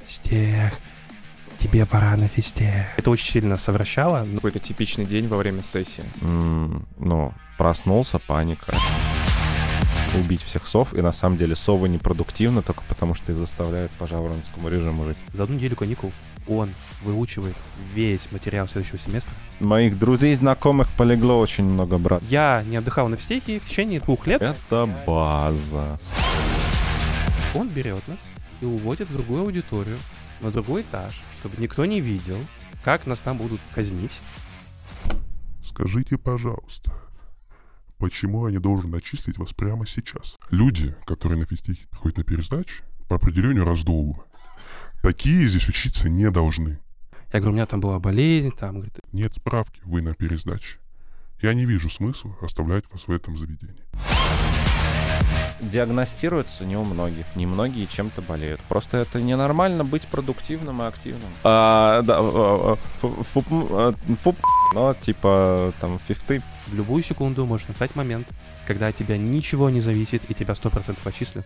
физтех. Тебе пора на физтех. Это очень сильно совращало. Какой-то типичный день во время сессии. Проснулся, паника. Убить всех сов, и на самом деле совы непродуктивны только потому, что их заставляют по жаворонскому режиму жить. За одну неделю каникул он выучивает весь материал следующего семестра. Моих друзей и знакомых полегло очень много, брат. Я не отдыхал на физтехе в течение 2 лет. Это база. Он берет нас и уводит в другую аудиторию, на другой этаж, чтобы никто не видел, как нас там будут казнить. Скажите, пожалуйста, почему я не должен отчислить вас прямо сейчас? Люди, которые на физтехе ходят на пересдачу, по определению раздолбы. Такие здесь учиться не должны. Я говорю, у меня там была болезнь, там, говорит... Нет справки, вы на пересдаче. Я не вижу смысла оставлять вас в этом заведении. Диагностируется не у многих. Немногие чем-то болеют. Просто это ненормально быть продуктивным и активным. Фифты. В любую секунду может настать момент, когда от тебя ничего не зависит и тебя 100% отчислят.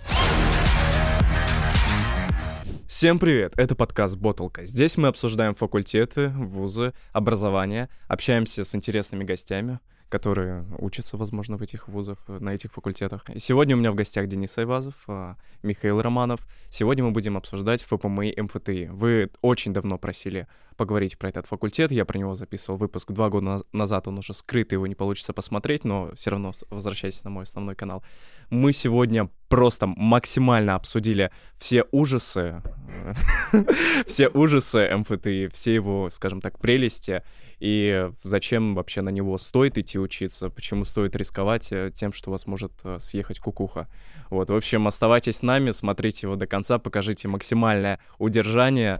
Всем привет, это подкаст «Боталка». Здесь мы обсуждаем факультеты, вузы, образование, общаемся с интересными гостями, которые учатся, возможно, в этих вузах, на этих факультетах. И сегодня у меня в гостях Денис Айвазов, Михаил Романов. Сегодня мы будем обсуждать ФПМИ МФТИ. Вы очень давно просили поговорить про этот факультет. Я про него записывал выпуск 2 года назад, он уже скрытый, его не получится посмотреть, но все равно возвращайтесь на мой основной канал. Мы сегодня просто максимально обсудили все ужасы МФТИ, все его, скажем так, прелести, и зачем вообще на него стоит идти учиться, почему стоит рисковать тем, что у вас может съехать кукуха. Вот, в общем, оставайтесь с нами, смотрите его до конца, покажите максимальное удержание,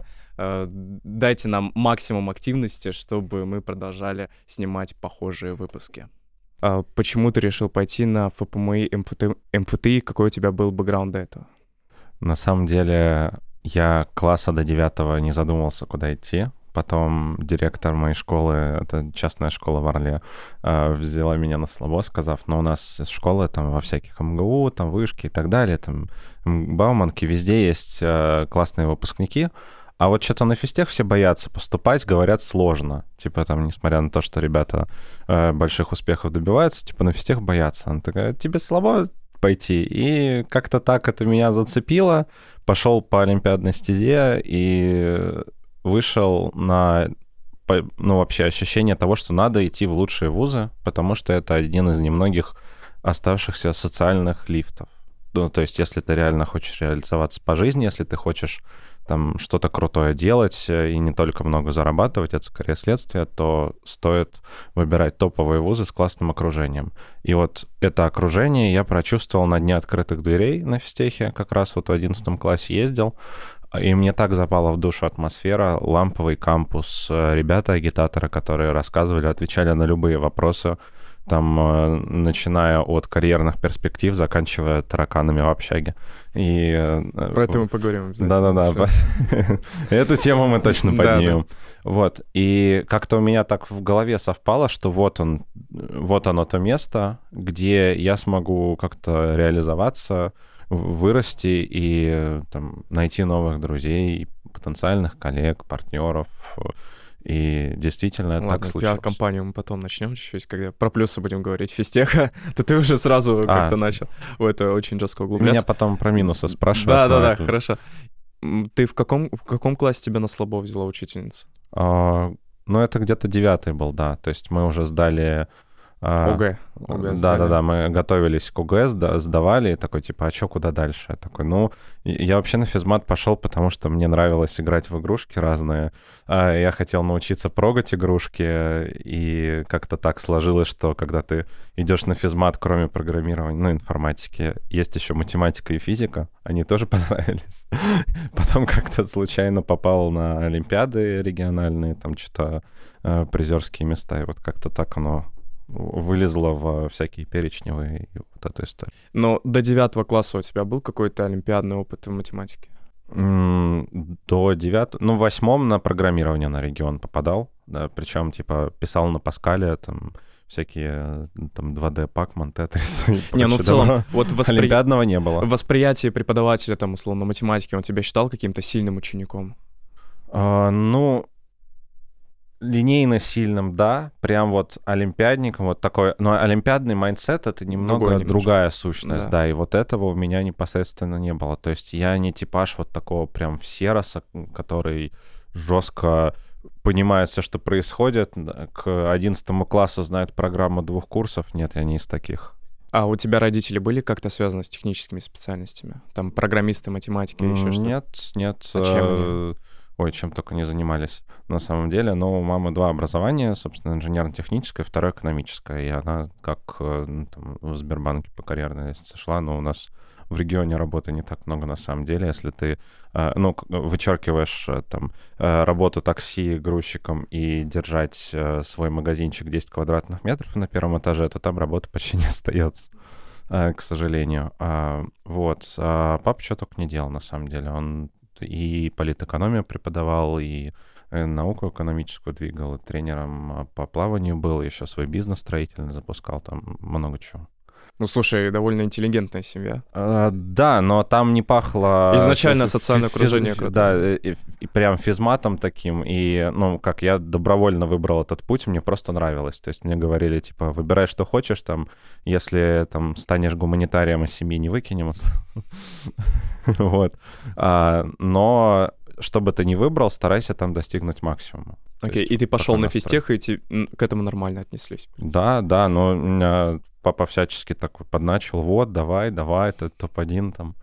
дайте нам максимум активности, чтобы мы продолжали снимать похожие выпуски. А почему ты решил пойти на ФПМИ МФТИ? Какой у тебя был бэкграунд до этого? На самом деле, я класса до 9 не задумывался, куда идти. Потом директор моей школы, это частная школа в Орле, взяла меня на слабо, сказав, у нас школы там во всяких МГУ, там вышки и так далее, там Бауманки, везде есть классные выпускники, а вот что-то на физтех все боятся поступать, говорят, сложно. Несмотря на то, что ребята больших успехов добиваются, на физтех боятся. Она такая, тебе слабо пойти? И как-то так это меня зацепило. Пошел по олимпиадной стезе и вышел на, вообще ощущение того, что надо идти в лучшие вузы, потому что это один из немногих оставшихся социальных лифтов. То есть, если ты реально хочешь реализоваться по жизни, если ты хочешь там что-то крутое делать и не только много зарабатывать, это скорее следствие, то стоит выбирать топовые вузы с классным окружением. И вот это окружение я прочувствовал на Дне открытых дверей на физтехе, как раз вот в 11 классе ездил, и мне так запала в душу атмосфера, ламповый кампус, ребята-агитаторы, которые рассказывали, отвечали на любые вопросы, там, начиная от карьерных перспектив, заканчивая тараканами в общаге. И... Про это мы поговорим обязательно. Да-да-да. Эту тему мы точно поднимем. Вот. И как-то у меня так в голове совпало, что вот оно то место, где я смогу как-то реализоваться, вырасти и там, найти новых друзей, потенциальных коллег, партнеров. И действительно так случилось. Пиар-компанию мы потом начнем чуть-чуть, когда про плюсы будем говорить физтеха, то ты уже сразу как-то начал в это очень жестко углубляться. Меня потом про минусы спрашивают. Да, хорошо. Ты в каком классе тебя на слабо взяла учительница? Это где-то 9 был, да. То есть мы уже сдали... ОГЭ. Да, мы готовились к ОГЭ, сдавали, и такой, а что, куда дальше? Я такой, я вообще на физмат пошел, потому что мне нравилось играть в игрушки разные. Я хотел научиться прогать игрушки, и как-то так сложилось, что когда ты идешь на физмат, кроме программирования, информатики, есть еще математика и физика, они тоже понравились. Потом как-то случайно попал на олимпиады региональные, там что-то призерские места, и вот как-то так оно вылезла во всякие перечневые и вот эту историю. Но до 9 класса у тебя был какой-то олимпиадный опыт в математике? До 9... в 8 на программирование на регион попадал, да, причем, писал на Паскале, там, всякие там 2D, Pac-Man, Tetris и Не, ну в прочее целом, добро. вот Олимпиадного не было. восприятие преподавателя, там, условно, математики, он тебя считал каким-то сильным учеником? Ну, линейно сильным, да, прям вот олимпиадником, вот такой, но олимпиадный майндсет — это немного другая сущность, да, и вот этого у меня непосредственно не было, то есть я не типаж вот такого прям всероса, который жестко понимает все, что происходит, к 11 классу знает программу 2 курсов, нет, я не из таких. А у тебя родители были как-то связаны с техническими специальностями? Там программисты, математики, еще что-то? Нет. А чем они? Ой, чем только не занимались на самом деле. Но у мамы 2 образования, собственно, инженерно-техническое, второе экономическое. И она как там, в Сбербанке по карьерной лестнице шла, но у нас в регионе работы не так много на самом деле. Если ты, вычеркиваешь там работу такси грузчиком и держать свой магазинчик 10 квадратных метров на первом этаже, то там работы почти не остается, к сожалению. Вот. А папа что только не делал на самом деле. Он и политэкономию преподавал, и науку экономическую двигал, и тренером по плаванию был, еще свой бизнес строительный запускал, там много чего. Ну, слушай, довольно интеллигентная семья. Да, но там не пахло... Изначально социальное окружение. Да, и прям физматом таким, и, как я добровольно выбрал этот путь, мне просто нравилось. То есть мне говорили, типа, выбирай, что хочешь, там, если там станешь гуманитарием, из семьи не выкинем. Вот. Но что бы ты ни выбрал, старайся там достигнуть максимума. Окей, и ты пошел на физтех, и к этому нормально отнеслись? Да, но у меня папа всячески так подначил, вот, давай, это топ-1 там,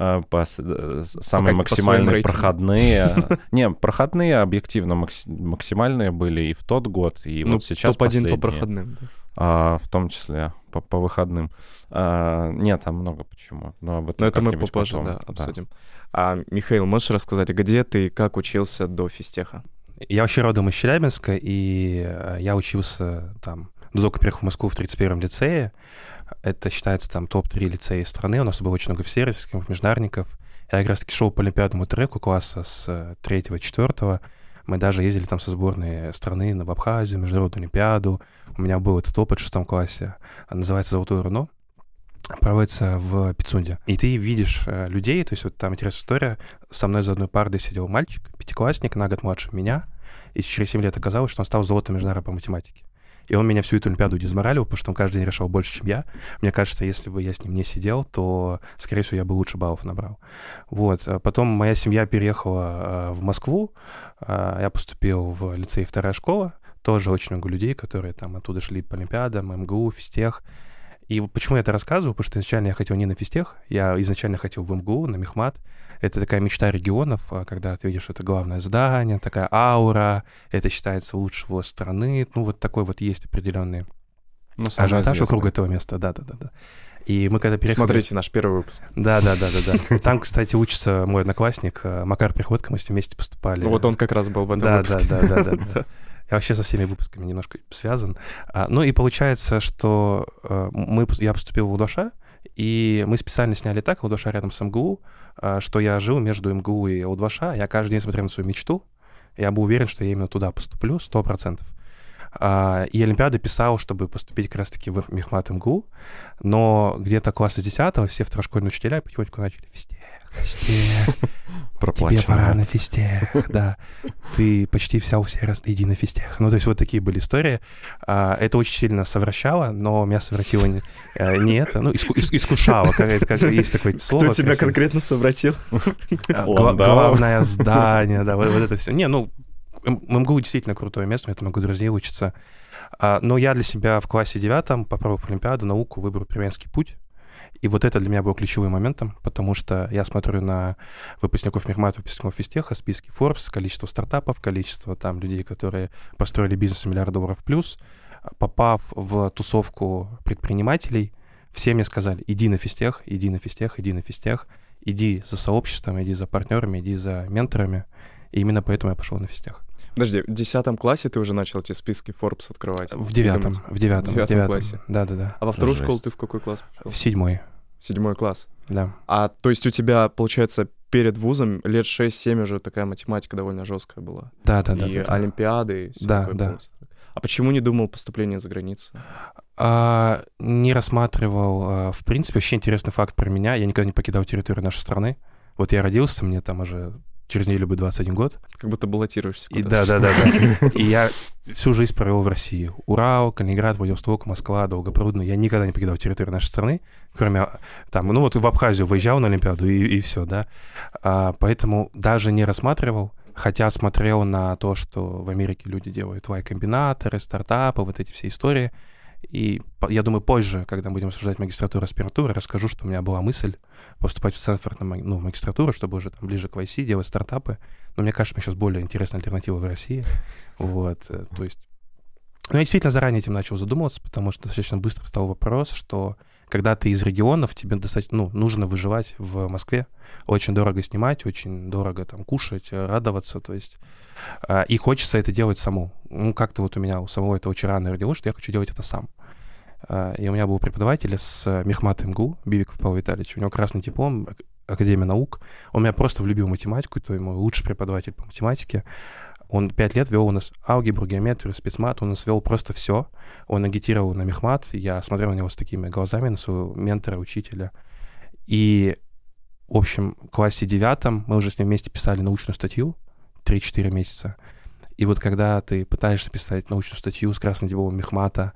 самые максимальные проходные. Не, проходные объективно максимальные были и в тот год, и вот сейчас топ-1 по проходным, да. В том числе по выходным. Нет, там много почему. Но это мы попозже, да, обсудим. Михаил, можешь рассказать, где ты и как учился до физтеха? Я вообще родом из Челябинска, и я учился там, только приехал в Москву в 31-м лицее. Это считается там топ-3 лицея страны. У нас было очень много всероссийских, международников. Я как раз-таки шел по олимпиадному треку класса с 3-4. Мы даже ездили там со сборной страны в Абхазию, международную олимпиаду. У меня был этот опыт в 6 классе. Называется «Золотое руно». Проводится в Пицунде. И ты видишь людей, то есть вот там интересная история. Со мной за одной партой сидел мальчик, 5-классник, на год младше меня. И через 7 лет оказалось, что он стал золотым международным по математике. И он меня всю эту олимпиаду дезморалил, потому что он каждый день решал больше, чем я. Мне кажется, если бы я с ним не сидел, то, скорее всего, я бы лучше баллов набрал. Вот. Потом моя семья переехала в Москву. Я поступил в лицей «Вторая школа». Тоже очень много людей, которые там оттуда шли по олимпиадам, МГУ, физтех. И почему я это рассказываю? Потому что изначально я хотел не на физтех, я изначально хотел в МГУ, на мехмат. Это такая мечта регионов, когда ты видишь, это главное здание, такая аура, это считается лучшего страны. Ну, вот такой вот есть определенный ажиотаж вокруг этого места. Да. И мы когда переехали... Смотрите наш первый выпуск. Да. Там, кстати, учится мой одноклассник Макар Приходько, мы с ним вместе поступали. Ну, вот он как раз был в этом выпуске. Да. Я вообще со всеми выпусками немножко связан. Ну и получается, что я поступил в УДШ, и мы специально сняли так, УДШ рядом с МГУ, что я жил между МГУ и УДШ, я каждый день смотрел на свою мечту, я был уверен, что я именно туда поступлю, 100%. И олимпиады писал, чтобы поступить как раз-таки в мехмат МГУ, но где-то класса 10-го все второшкольные учителя потихоньку начали физтех. Тебе пора на физтех, да. Ты почти вся у всех раз иди на физтех. Ну, то есть вот такие были истории. Это очень сильно совращало, но меня совратило не это. Ну, искушало, как есть такое слово. Кто тебя конкретно совратил? Главное здание, да, вот это все. Не, ну, МГУ действительно крутое место, у меня там много друзей учатся. Но я для себя в классе 9, попробовав олимпиаду, науку, выбрал Пермянский путь. И вот это для меня было ключевым моментом, потому что я смотрю на выпускников мехмата, выпускников физтеха, списки Forbes, количество стартапов, количество там людей, которые построили бизнес $1 миллиард плюс. Попав в тусовку предпринимателей, все мне сказали: иди на физтех, иди за сообществом, иди за партнерами, иди за менторами. И именно поэтому я пошел на физтех. Подожди, в 10 классе ты уже начал эти списки Forbes открывать? В девятом классе? Да. А во вторую школу ты в какой класс пошел? В 7. 7 класс? Да. То есть у тебя, получается, перед вузом лет 6-7 уже такая математика довольно жесткая была? Да. И олимпиады, и все да. А почему не думал поступление за границу? Не рассматривал. В принципе, вообще интересный факт про меня. Я никогда не покидал территорию нашей страны. Вот я родился, мне там уже через неделю будет 21 год. Как будто баллотируешься куда-то. Да. И я всю жизнь провел в России. Урал, Калининград, Владивосток, Москва, Долгопрудный. Я никогда не покидал территорию нашей страны, кроме там, ну вот в Абхазию выезжал на Олимпиаду и все, да. Поэтому даже не рассматривал, хотя смотрел на то, что в Америке люди делают Y-комбинаторы, стартапы, вот эти все истории. И я думаю, позже, когда будем обсуждать магистратуру, аспирантуру, расскажу, что у меня была мысль поступать в Стэнфорд на магистратуру, чтобы уже там ближе к YC делать стартапы. Но мне кажется, мне сейчас более интересная альтернатива в России. Вот, то есть... Ну, я действительно заранее этим начал задумываться, потому что достаточно быстро встал вопрос, что когда ты из регионов, тебе достаточно, нужно выживать в Москве. Очень дорого снимать, очень дорого там кушать, радоваться, то есть... И хочется это делать самому. Ну, как-то вот у меня у самого это очень рано родилось, что я хочу делать это сам. И у меня был преподаватель с Мехмата МГУ, Бибиков Павел Витальевич. У него красный диплом, Академия наук. Он меня просто влюбил в математику, то мой лучший преподаватель по математике. Он 5 лет вел у нас алгебру, геометрию, спецмат. Он у нас вел просто все. Он агитировал на Мехмат. Я смотрел на него с такими глазами, на своего ментора, учителя. И, в общем, в классе 9 мы уже с ним вместе писали научную статью 3-4 месяца. И вот когда ты пытаешься писать научную статью с красным дипломом Мехмата,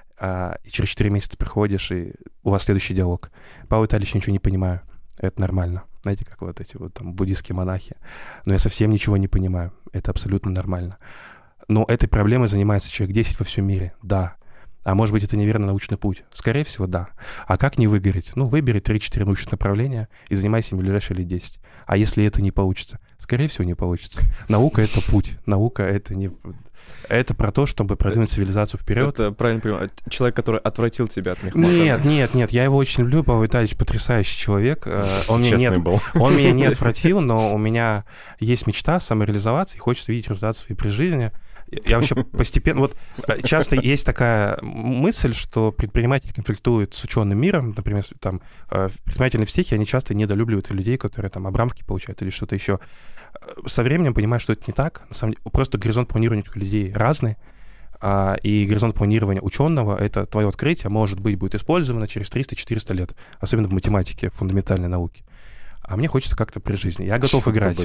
и через 4 месяца приходишь, и у вас следующий диалог. Павел Витальевич, ничего не понимаю. Это нормально. Знаете, как вот эти вот там буддийские монахи. Но я совсем ничего не понимаю. Это абсолютно нормально. Но этой проблемой занимается человек 10 во всем мире. Да. А может быть, это неверный научный путь? Скорее всего, да. А как не выгореть? Ну, выбери 3-4 научных направления и занимайся им ближайшие лет 10. А если это не получится? Скорее всего, не получится. Наука — это путь. Наука — это не... Это про то, чтобы продвинуть цивилизацию вперед. Это правильно понимаю. Человек, который отвратил тебя от Мехмата. Нет. Я его очень люблю. Павел Витальевич потрясающий человек. Он меня не отвратил, но у меня есть мечта самореализоваться, и хочется видеть результат своей при жизни. Я вообще постепенно... Вот часто есть такая мысль, что предприниматель конфликтует с ученым миром. Например, там предприниматели в техе, они часто недолюбливают людей, которые там обрамки получают или что-то еще. Со временем понимаю, что это не так. На самом деле, просто горизонт планирования у людей разный. И горизонт планирования ученого — это твое открытие, может быть, будет использовано через 300-400 лет. Особенно в математике, в фундаментальной науке. А мне хочется как-то при жизни. Я готов играть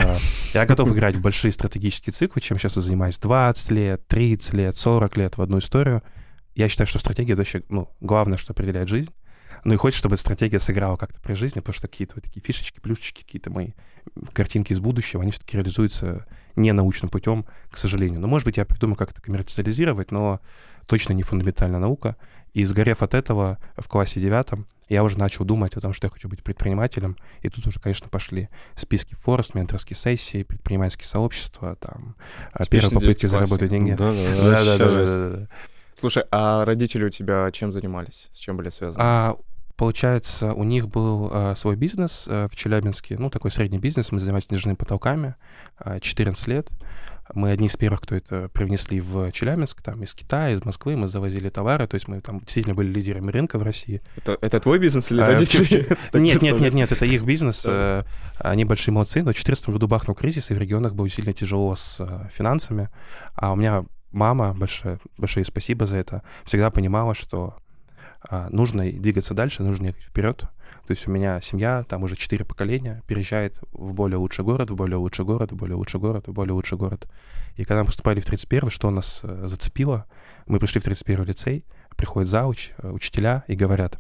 в большие стратегические циклы, чем сейчас я занимаюсь. 20 лет, 30 лет, 40 лет в одну историю. Я считаю, что стратегия — это вообще главное, что определяет жизнь. Ну и хочется, чтобы эта стратегия сыграла как-то при жизни, потому что какие-то вот такие фишечки, плюшечки, какие-то мои картинки из будущего, они все-таки реализуются не научным путем, к сожалению. Но, может быть, я придумаю, как это коммерциализировать, но точно не фундаментальная наука. И сгорев от этого в классе 9 я уже начал думать о том, что я хочу быть предпринимателем. И тут уже, конечно, пошли списки Форест, менторские сессии, предпринимательские сообщества, там, первые попытки заработать деньги. Да. Слушай, а родители у тебя чем занимались? С чем были связаны? Получается, у них был свой бизнес в Челябинске, такой средний бизнес. Мы занимались снежными потолками 14 лет. Мы одни из первых, кто это привнесли в Челябинск, там, из Китая, из Москвы. Мы завозили товары, то есть мы там действительно были лидерами рынка в России. Это твой бизнес или родители? Нет, это их бизнес. Они большие молодцы, но в 2014 году бахнул кризис, и в регионах было сильно тяжело с финансами. А у меня мама, большое спасибо за это, всегда понимала, что нужно двигаться дальше, нужно ехать вперед. То есть у меня семья, там уже 4 поколения, переезжает в более лучший город, в более лучший город, в более лучший город, в более лучший город. И когда мы поступали в 31-й, что нас зацепило? Мы пришли в 31-й лицей, приходит зауч, учителя и говорят: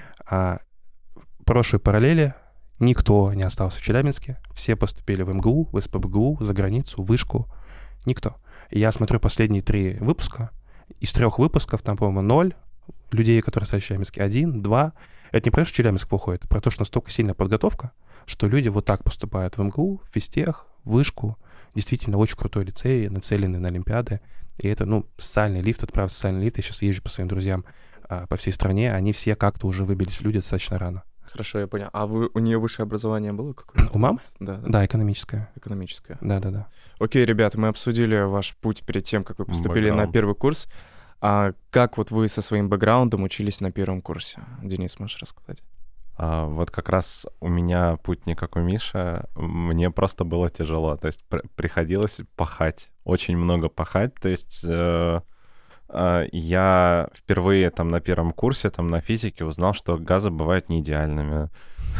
прошлые параллели никто не остался в Челябинске, все поступили в МГУ, в СПбГУ, за границу, в вышку, никто. И я смотрю последние 3 выпуска, из 3 выпусков там, по-моему, 0 людей, которые остались в Челябинске, 1, 2. Это не про то, что Челябинск плохой, это про то, что настолько сильная подготовка, что люди вот так поступают в МГУ, в физтех, в вышку. Действительно, очень крутой лицей, нацеленный на олимпиады. И это, социальный лифт, это правда социальный лифт. Я сейчас езжу по своим друзьям по всей стране, они все как-то уже выбились в люди достаточно рано. Хорошо, я понял. А у нее высшее образование было какое-то? У мамы? Да, экономическое. Экономическое. Да. Окей, ребята, мы обсудили ваш путь перед тем, как вы поступили на первый курс. А как вот вы со своим бэкграундом учились на первом курсе? Денис, можешь рассказать? Вот как раз у меня путь не как у Миши. Мне просто было тяжело. То есть приходилось пахать, очень много пахать. То есть я впервые там на первом курсе там на физике узнал, что газы бывают не идеальными.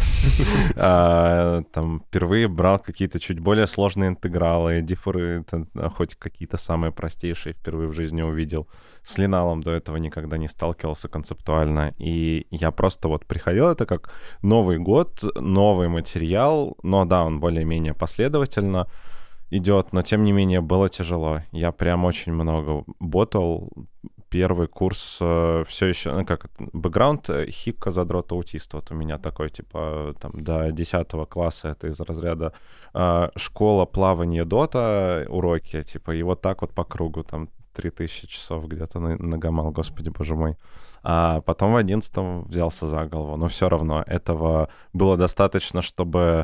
Там впервые брал какие-то чуть более сложные интегралы, диффуры, хоть какие-то самые простейшие впервые в жизни увидел. С линалом до этого никогда не сталкивался концептуально. И я просто вот приходил, это как Новый год, новый материал, но да, он более-менее последовательно идет, но тем не менее было тяжело. Я прям очень много ботал. Первый курс все еще, ну как, бэкграунд хикка задрота аутиста. Вот у меня такой, типа, там, до 10 класса это из разряда школа, плавание, дота, уроки, типа, и вот так вот по кругу, там, 3000 часов где-то нагамал, господи, боже мой. А потом в 11-м взялся за голову. Но все равно этого было достаточно, чтобы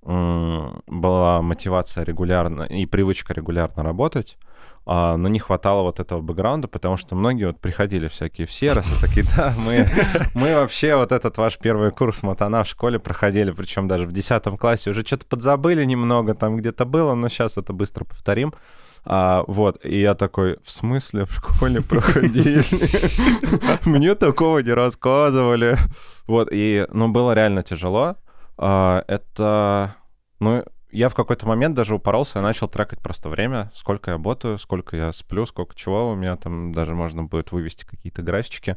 была мотивация регулярно и привычка регулярно работать, но не хватало вот этого бэкграунда, потому что многие вот приходили всякие в Серосы, такие, да, мы вообще вот этот ваш первый курс Матана в школе проходили, причем даже в 10 классе уже что-то подзабыли немного, там где-то было, но сейчас это быстро повторим. Вот, и я такой, в смысле, в школе проходили? Мне такого не рассказывали. Вот, и, ну, было реально тяжело. Это, ну, я в какой-то момент даже упоролся и начал трекать просто время, сколько я ботаю, сколько я сплю, сколько чего. У меня там даже можно будет вывести какие-то графички,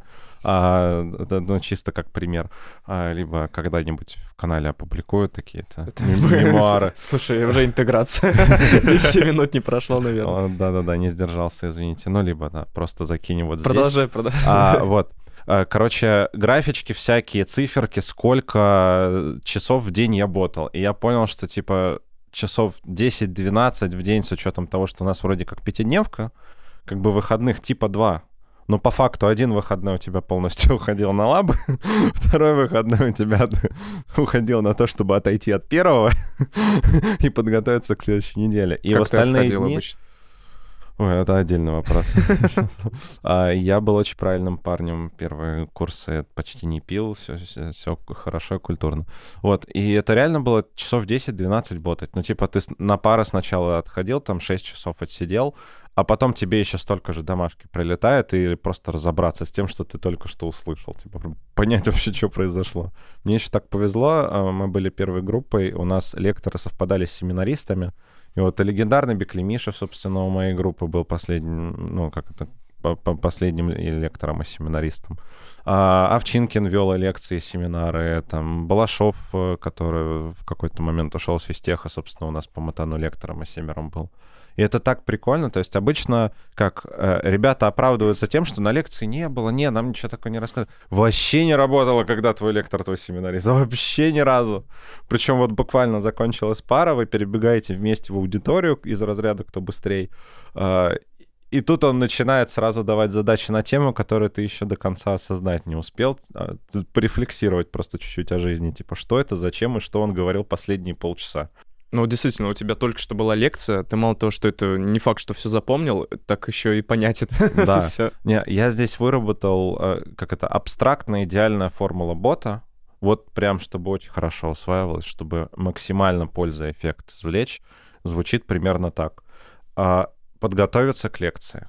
ну, чисто как пример. Либо когда-нибудь в канале опубликую такие-то мемуары. Слушай, уже интеграция. 10 минут не прошло, наверное. Да-да-да, не сдержался, извините. Ну, либо, да, просто закинем вот здесь. Продолжай. Вот. Короче, графички всякие, циферки, сколько часов в день я ботал. И я понял, что, типа, часов 10-12 в день, с учетом того, что у нас вроде как пятидневка, как бы выходных типа 2. Но по факту один выходной у тебя полностью уходил на лабы, второй выходной у тебя уходил на то, чтобы отойти от первого и подготовиться к следующей неделе. И как в остальные ты дни... обычно? Ой, это отдельный вопрос. Я был очень правильным парнем. Первые курсы почти не пил, все хорошо и культурно. Вот, и это реально было часов 10-12 ботать. Ну, типа, ты на пары сначала отходил, там 6 часов отсидел, а потом тебе еще столько же домашки прилетает, и просто разобраться с тем, что ты только что услышал. Типа, понять вообще, что произошло. Мне еще так повезло, мы были первой группой, у нас лекторы совпадали с семинаристами. И вот легендарный Беклемишев, собственно, у моей группы был последним, ну, как это, последним и лектором, и семинаристом. Овчинкин вел лекции, семинары, там, Балашов, который в какой-то момент ушел с физтеха, собственно, у нас по Матану лектором и семером был. И это так прикольно, то есть обычно, как ребята оправдываются тем, что на лекции не было, нам ничего такого не рассказывали. Вообще не работало, когда твой лектор, твой семинарист, вообще ни разу. Причем вот буквально закончилась пара, вы перебегаете вместе в аудиторию из разряда «кто быстрей», и тут он начинает сразу давать задачи на тему, которую ты еще до конца осознать не успел, порефлексировать просто чуть-чуть о жизни, типа что это, зачем и что он говорил последние полчаса. Ну, действительно, у тебя только что была лекция, ты мало того, что это не факт, что все запомнил, так еще и понять это. Да. Не, я здесь выработал, как это, абстрактная идеальная формула бота, вот прям, чтобы очень хорошо усваивалось, чтобы максимально пользу и эффект извлечь, звучит примерно так. Подготовиться к лекции.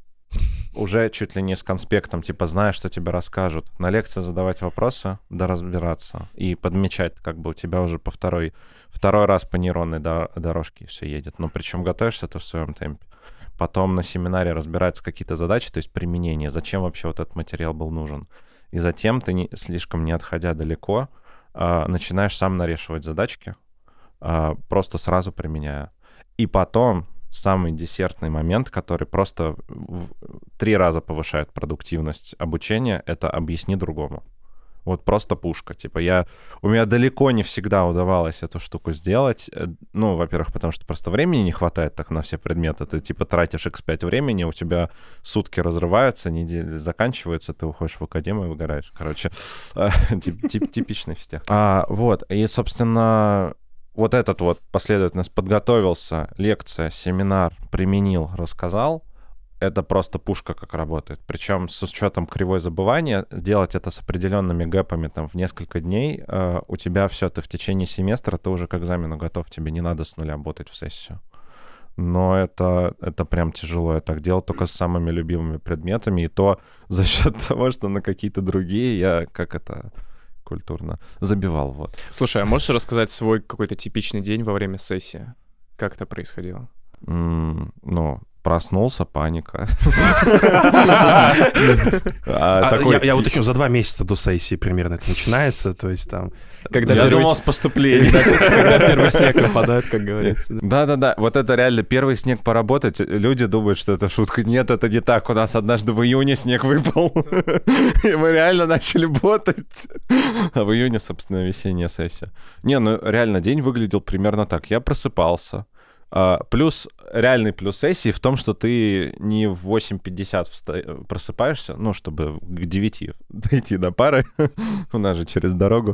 Уже чуть ли не с конспектом, типа, знаешь, что тебе расскажут. На лекции задавать вопросы, да разбираться. И подмечать, как бы у тебя уже по второй раз по нейронной дорожке все едет. Но причем готовишься ты в своем темпе. Потом на семинаре разбираются какие-то задачи, то есть применение. Зачем вообще вот этот материал был нужен? И затем ты, слишком не отходя далеко, начинаешь сам нарешивать задачки, просто сразу применяя. И потом... самый десертный момент, который просто в 3 раза повышает продуктивность обучения, это объясни другому. Вот просто пушка. Типа у меня далеко не всегда удавалось эту штуку сделать. Ну, во-первых, потому что просто времени не хватает так на все предметы. Ты типа тратишь x5 времени, у тебя сутки разрываются, недели заканчиваются, ты уходишь в академию и выгораешь. Короче, типичный физтех. Вот, и, собственно... Вот этот вот последовательность: подготовился, лекция, семинар, применил, рассказал. Это просто пушка как работает. Причем с учетом кривой забывания, делать это с определенными гэпами там в несколько дней, у тебя все, ты в течение семестра, ты уже к экзамену готов, тебе не надо с нуля работать в сессию. но это прям тяжело. Я так делал только с самыми любимыми предметами, и то за счет того, что на какие-то другие я культурно забивал, вот. Слушай, а можешь рассказать свой какой-то типичный день во время сессии? Как это происходило? Проснулся, паника. Я уточню, за 2 месяца до сессии примерно это начинается, то есть там... Я думал с поступления. Когда первый снег нападает, как говорится. Да-да-да, вот это реально первый снег поработать. Люди думают, что это шутка. Нет, это не так. У нас однажды в июне снег выпал, и мы реально начали ботать. А в июне, собственно, весенняя сессия. Реально день выглядел примерно так. Я просыпался. Реальный плюс сессии в том, что ты не в 8:50 просыпаешься, чтобы к 9 дойти до пары, у нас же через дорогу,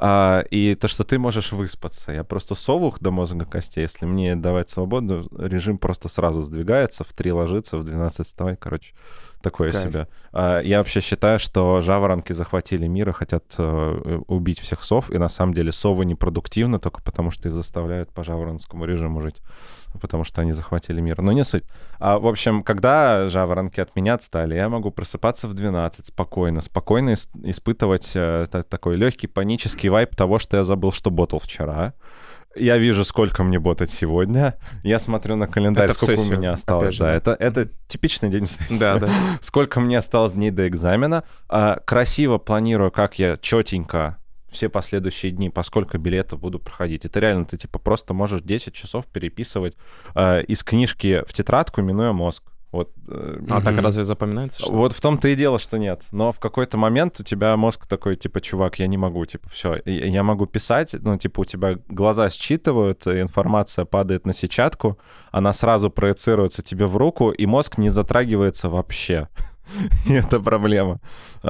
и то, что ты можешь выспаться. Я просто совух до мозга костей, если мне давать свободу, режим просто сразу сдвигается, в 3 ложиться, в 12 вставай, такое себе. Я вообще считаю, что жаворонки захватили мир и хотят убить всех сов, и на самом деле совы непродуктивны только потому, что их заставляют по жаворонскому режиму жить, потому что они захватили мир. Но не суть. В общем, когда жаворонки от меня отстали, я могу просыпаться в 12 спокойно испытывать такой легкий панический вайб того, что я забыл, что ботал вчера. Я вижу, сколько мне ботать сегодня. Я смотрю на календарь, сколько у меня осталось. Же, да. Это типичный день в сессии. Да. Сколько мне осталось дней до экзамена. Красиво планирую, как я четенько все последующие дни, поскольку билетов буду проходить. Это реально ты просто можешь 10 часов переписывать из книжки в тетрадку, минуя мозг. Вот, так разве запоминается что-то? Вот в том-то и дело, что нет. Но в какой-то момент у тебя мозг такой, чувак, я не могу, все. Я могу писать, у тебя глаза считывают, информация падает на сетчатку, она сразу проецируется тебе в руку, и мозг не затрагивается вообще. И это проблема.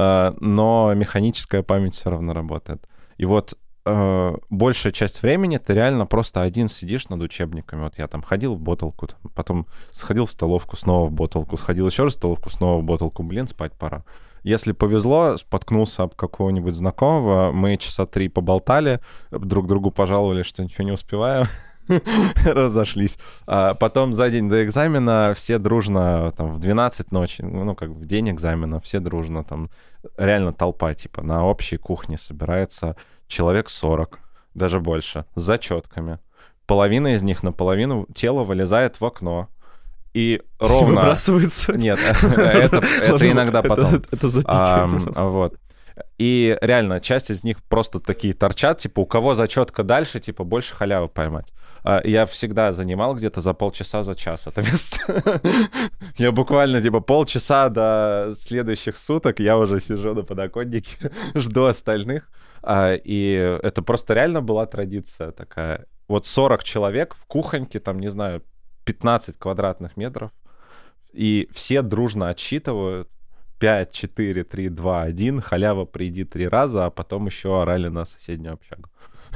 Но механическая память все равно работает. И вот большая часть времени ты реально просто один сидишь над учебниками. Вот я там ходил в боталку, потом сходил в столовку, снова в боталку, сходил еще раз в столовку, снова в боталку. Спать пора. Если повезло, споткнулся об какого-нибудь знакомого, мы часа 3 поболтали, друг другу пожаловали, что ничего не успеваем, разошлись. Потом за день до экзамена все дружно, в 12 ночи, в день экзамена, все дружно, реально толпа, на общей кухне собирается человек 40, даже больше, с зачетками. Половина из них наполовину тела вылезает в окно. И ровно... Выбрасывается? Нет, это иногда потом. Это запикивано. Вот. И реально, часть из них просто такие торчат, у кого зачетка дальше, больше халявы поймать. Я всегда занимал где-то за полчаса, за час это место. Я буквально, полчаса до следующих суток я уже сижу на подоконнике, жду остальных. И это просто реально была традиция такая. Вот 40 человек в кухоньке, 15 квадратных метров, и все дружно отсчитывают 5, 4, 3, 2, 1, халява, приди 3 раза, а потом еще орали на соседнюю общагу.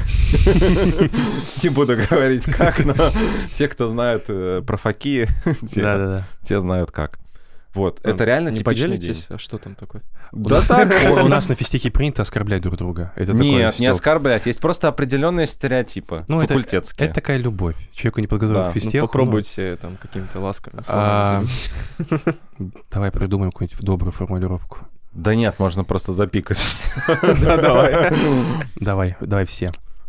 Не буду говорить как, но те, кто знают про факи, те знают как. Вот, это реально не типичный поделитесь, день. А что там такое? Да так. У нас на физтехе принято оскорблять друг друга. Нет, не оскорблять. Есть просто определенные стереотипы факультетские. Это такая любовь. Человеку не подготовлен к физтеху. Попробуйте какими-то ласковыми словами заменить. Давай придумаем какую-нибудь добрую формулировку. Да нет, можно просто запикать. Давай все.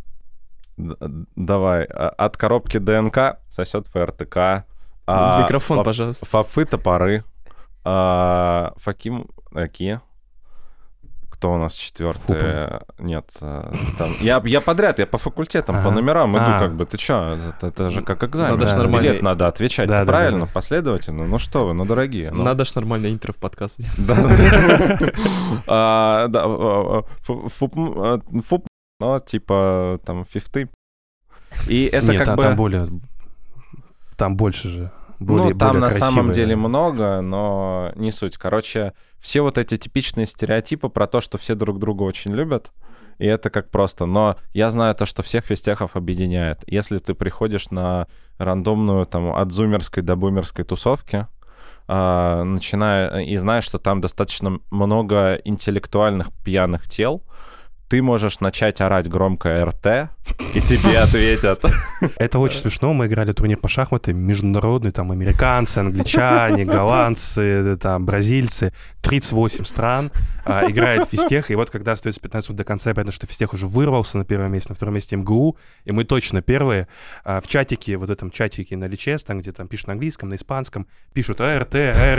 Давай. От коробки ДНК сосет ФРТК. Микрофон, пожалуйста. Фафы, топоры. Факим, Аки. Кто у нас четвертый? Нет. Я подряд, я по факультетам, по номерам иду, ты чё? Это же как экзамен. Билет надо отвечать правильно, последовательно. Ну что вы, дорогие. Надо ж нормально интро в подкаст сделать. Фуп, фифты. И это нет, там больше же. Там на самом деле много, но не суть. Короче, все вот эти типичные стереотипы про то, что все друг друга очень любят, и это как просто. Но я знаю то, что всех физтехов объединяет. Если ты приходишь на рандомную от зумерской до бумерской тусовки, начиная и знаешь, что там достаточно много интеллектуальных пьяных тел, ты можешь начать орать громко РТ, и тебе ответят. Это очень смешно. Мы играли турнир по шахматам, международный, там, американцы, англичане, голландцы, там, бразильцы, 38 стран играет физтех, и вот когда остается 15 минут до конца, понятно, что физтех уже вырвался на первом месте, на втором месте МГУ, и мы точно первые. В чатике, вот этом чатике на Личес, там, где там пишут на английском, на испанском, пишут РТ.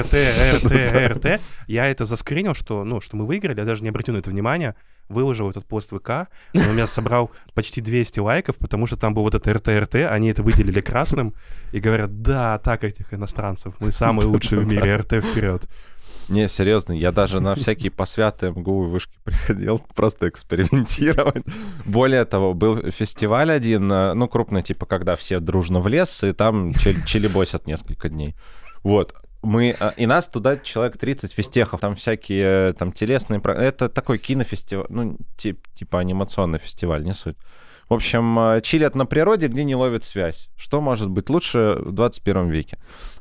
Я это заскринил, что мы выиграли, я даже не обратил на это внимания, выложил этот пост в ВК, он у меня собрал почти 200 лайков, потому что там был вот это РТ, они это выделили красным и говорят, да, так этих иностранцев, мы самые лучшие в мире, РТ вперед. Не, серьезно, я даже на всякие посвяты МГУ и вышки приходил просто экспериментировать. Более того, был фестиваль один, ну, крупный, типа, когда все дружно в лес, и там челебосят несколько дней. Вот. И нас туда человек 30 физтехов, там всякие там телесные... Это такой кинофестиваль, ну, типа анимационный фестиваль, не суть. В общем, чилят на природе, где не ловят связь. Что может быть лучше в 21 веке?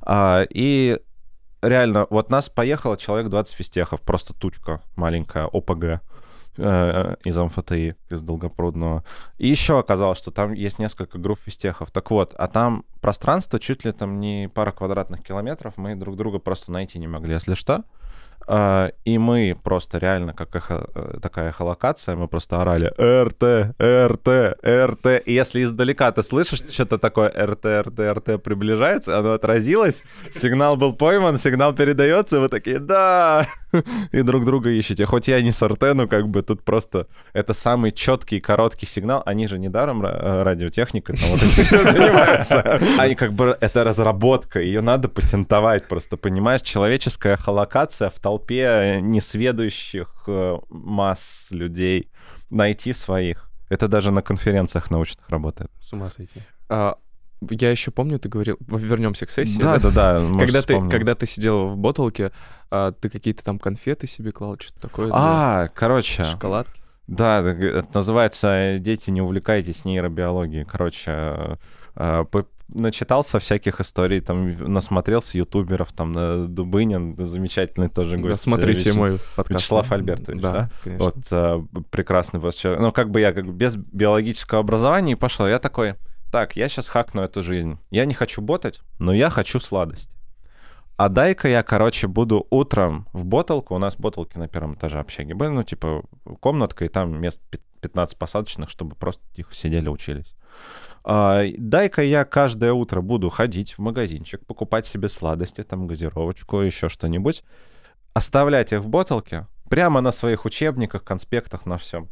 И реально, вот нас поехало человек 20 физтехов, просто тучка маленькая, ОПГ из МФТИ, из Долгопрудного. И еще оказалось, что там есть несколько групп физтехов. Так вот, а там пространство чуть ли там не пара квадратных километров, мы друг друга просто найти не могли, если что. И мы просто реально, как такая эхолокация, мы просто орали РТ, РТ, РТ. И если издалека ты слышишь, что-то такое РТ, РТ, РТ приближается, оно отразилось, сигнал был пойман, сигнал передается, и вы такие «да!» и друг друга ищете. Хоть я не с РТ, но как бы тут просто это самый четкий и короткий сигнал. Они же недаром радиотехникой там вот этим все занимаются. Они как бы, это разработка, ее надо патентовать просто, понимаешь? Человеческая эхолокация в толпе несведущих масс людей, найти своих. Это даже на конференциях научных работает. С ума сойти. Я еще помню, ты говорил, вернемся к сессии. Да. Когда ты сидел в Боттлке, ты какие-то там конфеты себе клал, что-то такое? Короче. Шоколадки? Да, это называется «Дети, не увлекайтесь нейробиологией». Короче, начитался всяких историй, там, насмотрелся ютуберов, там, Дубынин, замечательный тоже гость. Смотрите мой подкаст. Вячеслав Альбертович, да? Конечно. Вот, прекрасный человек. Ну, как бы я без биологического образования и пошел. Я такой, так, я сейчас хакну эту жизнь. Я не хочу ботать, но я хочу сладости. А дай-ка я, короче, буду утром в Боттлку. У нас Боттлки на первом этаже общаги были, ну, типа, комнатка, и там мест 15 посадочных, чтобы просто тихо сидели, учились. Дай-ка я каждое утро буду ходить в магазинчик, покупать себе сладости, там, газировочку, еще что-нибудь, оставлять их в Боттлке, прямо на своих учебниках, конспектах, на всем.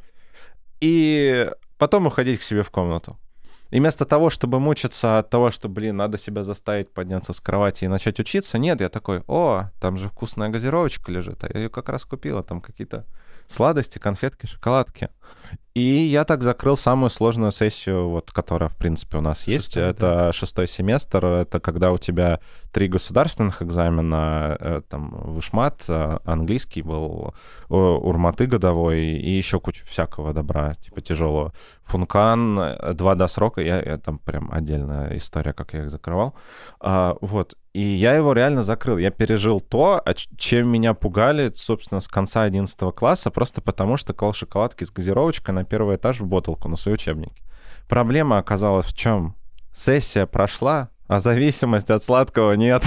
И потом уходить к себе в комнату. И вместо того, чтобы мучиться от того, что, надо себя заставить подняться с кровати и начать учиться, нет, я такой, там же вкусная газировочка лежит, а я ее как раз купила, там какие-то сладости, конфетки, шоколадки. И я так закрыл самую сложную сессию, вот, которая, в принципе, у нас есть. Это 6-й семестр, это когда у тебя 3 государственных экзамена, там, вышмат, английский был, урматы годовой и еще куча всякого добра, типа тяжелого. Функан, 2 досрока, я там прям отдельная история, как я их закрывал. Вот. И я его реально закрыл. Я пережил то, чем меня пугали, собственно, с конца 11 класса, просто потому что клал шоколадки с газировочкой на первый этаж в Боттлку, на свои учебники. Проблема оказалась в чем? Сессия прошла, а зависимость от сладкого нет.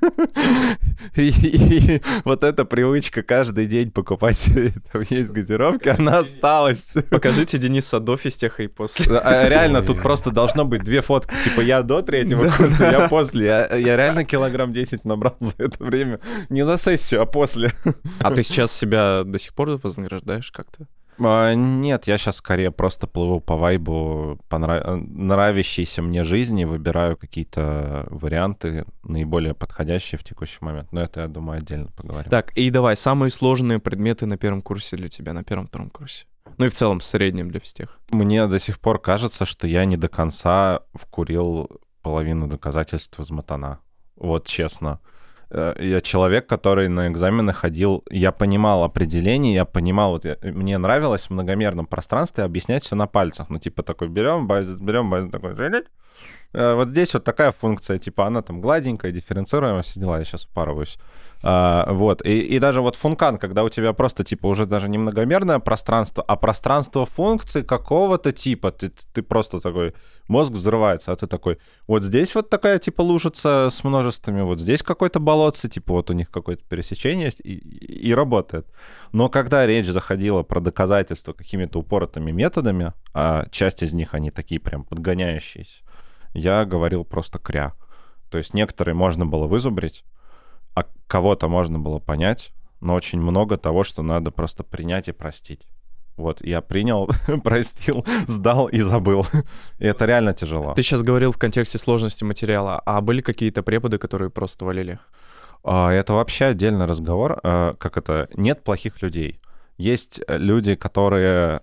И вот эта привычка каждый день покупать себе там есть газировки, она осталась. Покажите Дениса до физтеха и после. Реально, тут просто должно быть 2 фотки. Типа я до 3-го курса, я после. Я реально килограмм 10 набрал за это время. Не за сессию, а после. А ты сейчас себя до сих пор вознаграждаешь как-то? Нет, я сейчас скорее просто плыву по вайбу, по нравящейся мне жизни, выбираю какие-то варианты, наиболее подходящие в текущий момент. Но это, я думаю, отдельно поговорим. Так, и давай, самые сложные предметы на первом курсе для тебя, на первом-втором курсе. Ну и в целом, в среднем для всех. Мне до сих пор кажется, что я не до конца вкурил половину доказательств из Матана. Вот честно. Я человек, который на экзамены ходил, я понимал определение, я понимал, мне нравилось в многомерном пространстве объяснять все на пальцах. Ну, типа такой, берем базис, такой, вот здесь вот такая функция, типа она там гладенькая, дифференцируемая, все дела, я сейчас упарываюсь. Вот, и даже вот функан, когда у тебя просто, типа, уже даже не многомерное пространство, а пространство функций какого-то типа, ты просто такой, мозг взрывается, а ты такой, вот здесь вот такая, типа, лужица с множествами, вот здесь какое-то болотце, типа, вот у них какое-то пересечение есть, и работает. Но когда речь заходила про доказательства какими-то упоротыми методами, а часть из них, они такие прям подгоняющиеся, я говорил просто кря. То есть некоторые можно было вызубрить, а кого-то можно было понять, но очень много того, что надо просто принять и простить. Вот, я принял, простил, сдал и забыл. И это реально тяжело. Ты сейчас говорил в контексте сложности материала, а были какие-то преподы, которые просто валили? Это вообще отдельный разговор. Как это? Нет плохих людей. Есть люди, которые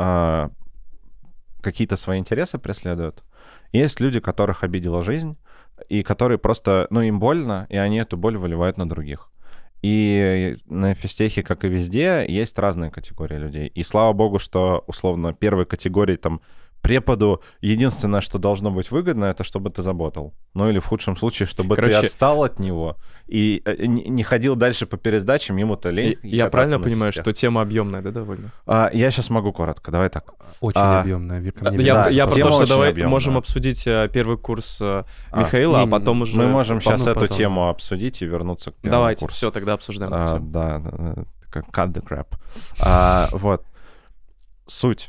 какие-то свои интересы преследуют. Есть люди, которых обидела жизнь, и которые просто, ну, им больно, и они эту боль выливают на других. И на физтехе, как и везде, есть разные категории людей. И слава богу, что, условно, первой категории там преподу единственное, что должно быть выгодно, это чтобы ты заботал. Ну или в худшем случае, чтобы ты отстал от него и не ходил дальше по пересдачам, ему-то лень. Я правильно понимаю, что тема объемная, да, довольно? Я сейчас могу коротко, давай так. Очень объемная. Я про то, что давай можем обсудить первый курс Михаила, а потом уже... Мы можем сейчас эту тему обсудить и вернуться к первому курсу. Давайте, все, тогда обсуждаем. Да, cut the crap. Вот. Суть.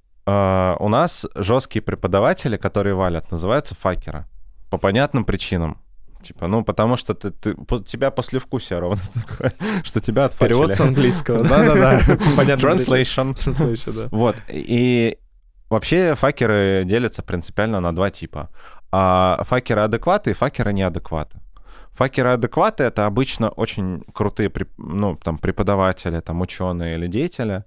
У нас жесткие преподаватели, которые валят, называются факеры. По понятным причинам. Типа, ну, потому что у тебя послевкусие ровно такое, что тебя отфачили. Перевод с английского. Да-да-да. Понятно. Translation, да. Вот. И вообще факеры делятся принципиально на два типа. Факеры адекваты и факеры неадекваты. Факеры адекваты — это обычно очень крутые, ну, там, преподаватели, там, ученые или деятели,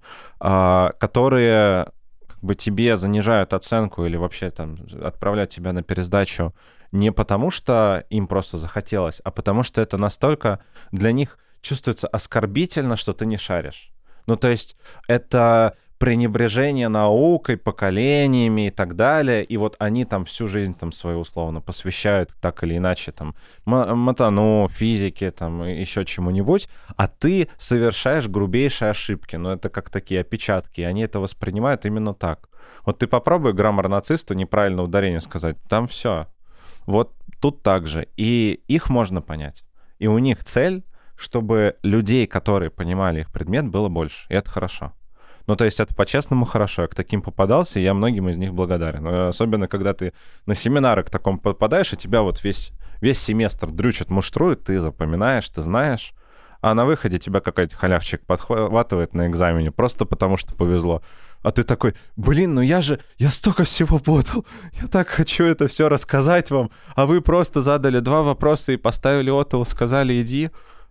которые бы тебе занижают оценку или вообще там отправляют тебя на пересдачу не потому, что им просто захотелось, а потому что это настолько для них чувствуется оскорбительно, что ты не шаришь. Ну, то есть это пренебрежение наукой, поколениями и так далее, и вот они там всю жизнь там свою условно посвящают так или иначе там матану, физике, там еще чему-нибудь, а ты совершаешь грубейшие ошибки, ну это как такие опечатки, и они это воспринимают именно так. Вот ты попробуй граммар-нацисту неправильное ударение сказать, там все. Вот тут так же, и их можно понять. И у них цель, чтобы людей, которые понимали их предмет, было больше, и это хорошо. Ну, то есть это по-честному хорошо. Я к таким попадался, и я многим из них благодарен. Особенно, когда ты на семинары к такому попадаешь, и тебя вот весь семестр дрючат, муштруют, ты запоминаешь, ты знаешь, а на выходе тебя какой-то халявчик подхватывает на экзамене просто потому, что повезло. А ты такой, блин, ну я столько всего подал, я так хочу это все рассказать вам, а вы просто задали 2 вопроса и поставили отл, сказали иди,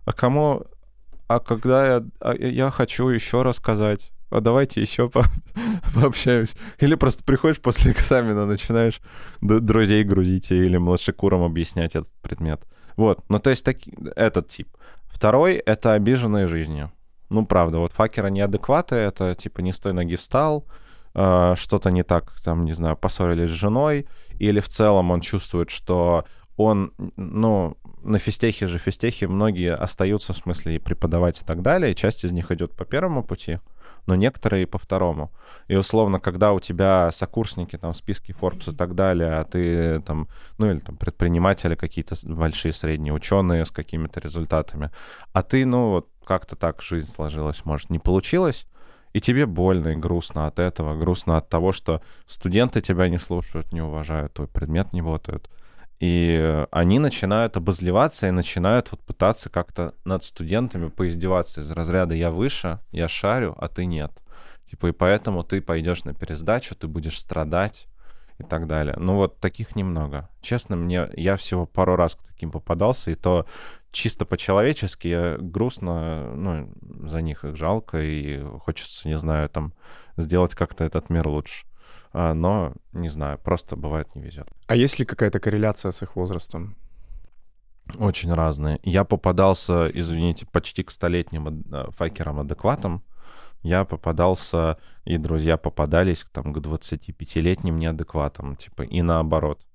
а когда я хочу еще рассказать, а давайте еще пообщаемся. Или просто приходишь после экзамена, начинаешь друзей грузить или младшекурам объяснять этот предмет. Вот, ну то есть этот тип. Второй — это обиженные жизнью. Ну, правда, вот факеры неадекваты, это типа не с той ноги встал, что-то не так, там, не знаю, поссорились с женой, или в целом он чувствует, что он, ну, на физтехе многие остаются, в смысле, и преподавать и так далее, и часть из них идет по первому пути, но некоторые и по второму. И условно, когда у тебя сокурсники там в списке Forbes и так далее, а ты там, ну или там предприниматели какие-то большие, средние, ученые с какими-то результатами, а ты, ну вот как-то так жизнь сложилась, может, не получилось, и тебе больно и грустно от этого, грустно от того, что студенты тебя не слушают, не уважают, твой предмет не работает. И они начинают обозливаться и начинают вот пытаться как-то над студентами поиздеваться из разряда «я выше, я шарю, а ты нет». Типа, и поэтому ты пойдешь на пересдачу, ты будешь страдать и так далее. Ну вот таких немного. Честно, я всего пару раз к таким попадался, и то чисто по-человечески я грустно, ну, за них их жалко, и хочется, не знаю, там, сделать как-то этот мир лучше. Но, не знаю, просто бывает не везет. А есть ли какая-то корреляция с их возрастом? Очень разные. Я попадался, извините, почти к 100-летним факерам-адекватам. Я попадался, и друзья попадались там, к 25-летним неадекватам, типа, и наоборот.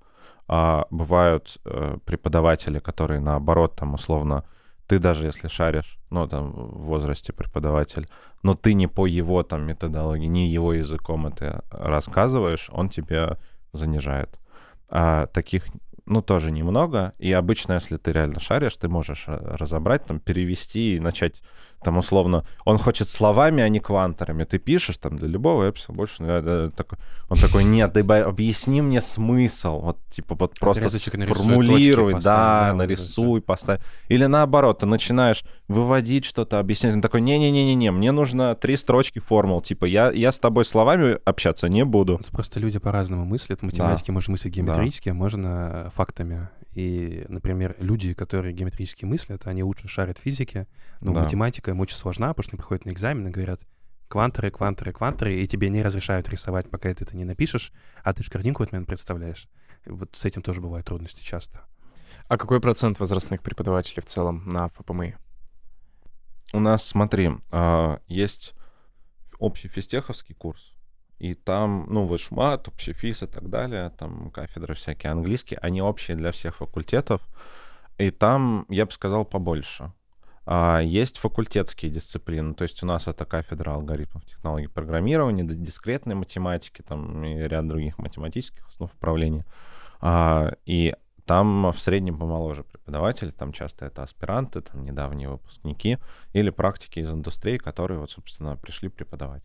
бывают преподаватели, которые наоборот, там, условно, ты даже если шаришь, ну, там, в возрасте преподаватель, но ты не по его там методологии, не его языком это рассказываешь, он тебя занижает. А таких, ну, тоже немного. И обычно, если ты реально шаришь, ты можешь разобрать, там, перевести и начать, там, условно, он хочет словами, а не кванторами. Ты пишешь, там, для любого я писал больше, он такой, нет, ты объясни мне смысл. Вот, типа, вот просто сформулируй, да, нарисуй, поставь. Или наоборот, ты начинаешь выводить что-то, объяснять. Он такой, не-не-не-не, мне нужно 3 строчки формул. Типа, я с тобой словами общаться не буду. Просто люди по-разному мыслят. В математике можно мыслить геометрически, а можно фактами. И, например, люди, которые геометрически мыслят, они лучше шарят в физике, но математика им очень сложна, потому что они приходят на экзамен и говорят кванторы, и тебе не разрешают рисовать, пока ты это не напишешь, а ты же картинку в этот момент представляешь. Вот с этим тоже бывают трудности часто. А какой процент возрастных преподавателей в целом на ФПМИ? У нас, смотри, есть общий физтеховский курс, и там, ну, вышмат, общий физ и так далее, там кафедры всякие английские, они общие для всех факультетов, и там, я бы сказал, побольше. Есть факультетские дисциплины, то есть у нас это кафедра алгоритмов технологий программирования, дискретной математики, там и ряд других математических основ управления. И там в среднем помоложе преподаватели, там часто это аспиранты, там недавние выпускники или практики из индустрии, которые вот, собственно, пришли преподавать.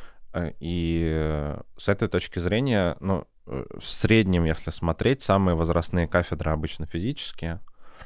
И с этой точки зрения, ну, в среднем, если смотреть, самые возрастные кафедры обычно физические,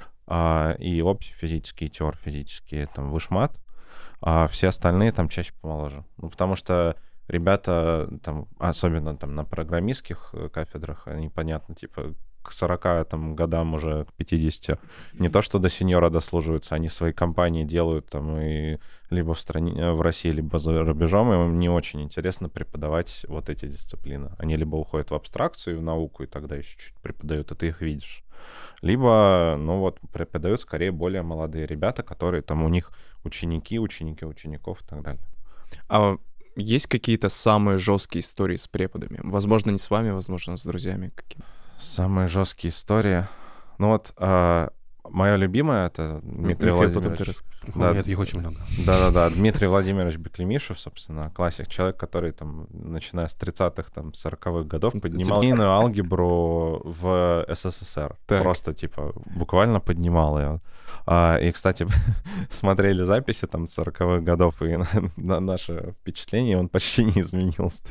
и общефизические, и теорфизические, там, вышмат, а все остальные там чаще помоложе. Ну, потому что ребята, там, особенно там на программистских кафедрах, они, понятно, типа, к 40 там, годам, уже к 50, не то что до сеньора дослуживаются, они свои компании делают там и либо в стране, в России, либо за рубежом, и им не очень интересно преподавать вот эти дисциплины. Они либо уходят в абстракцию, в науку, и тогда еще чуть преподают, и ты их видишь. Либо, ну вот, преподают скорее более молодые ребята, которые там у них ученики учеников и так далее. А есть какие-то самые жесткие истории с преподами? Возможно, не с вами, возможно, с друзьями какими-то. Самые жесткие истории. Ну вот, мое любимое — это Дмитрий Владимирович. Да, нет, их очень много. Да-да-да, Дмитрий Владимирович Беклемишев, собственно, классик, человек, который там, начиная с 30-х, там, 40-х годов поднимал линейную алгебру в СССР. Так. Просто, типа, буквально поднимал ее. И, кстати, смотрели записи там 40-х годов, и на наше впечатление он почти не изменился.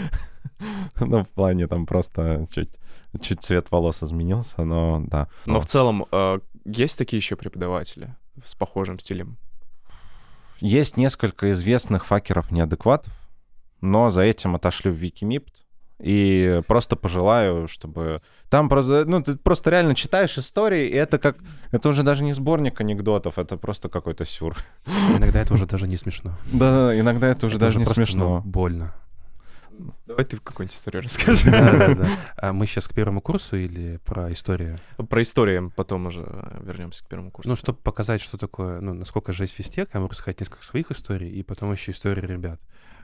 Ну, в плане там просто чуть цвет волос изменился, но да. Но в целом есть такие еще преподаватели с похожим стилем? Есть несколько известных факеров-неадекватов, но за этим отошлю в Викимипт. И просто пожелаю, чтобы... Там просто, ну, ты просто реально читаешь истории, и это как... Это уже даже не сборник анекдотов, это просто какой-то сюр. Иногда это уже даже не смешно. Да, иногда это уже даже не просто, смешно. Больно. Давай ты какую-нибудь историю расскажи. Да. А мы сейчас к первому курсу или про историю? Про историю, потом уже вернемся к первому курсу. Ну, чтобы показать, что такое, ну, насколько жесть физтех, я могу рассказать несколько своих историй, и потом еще истории ребят.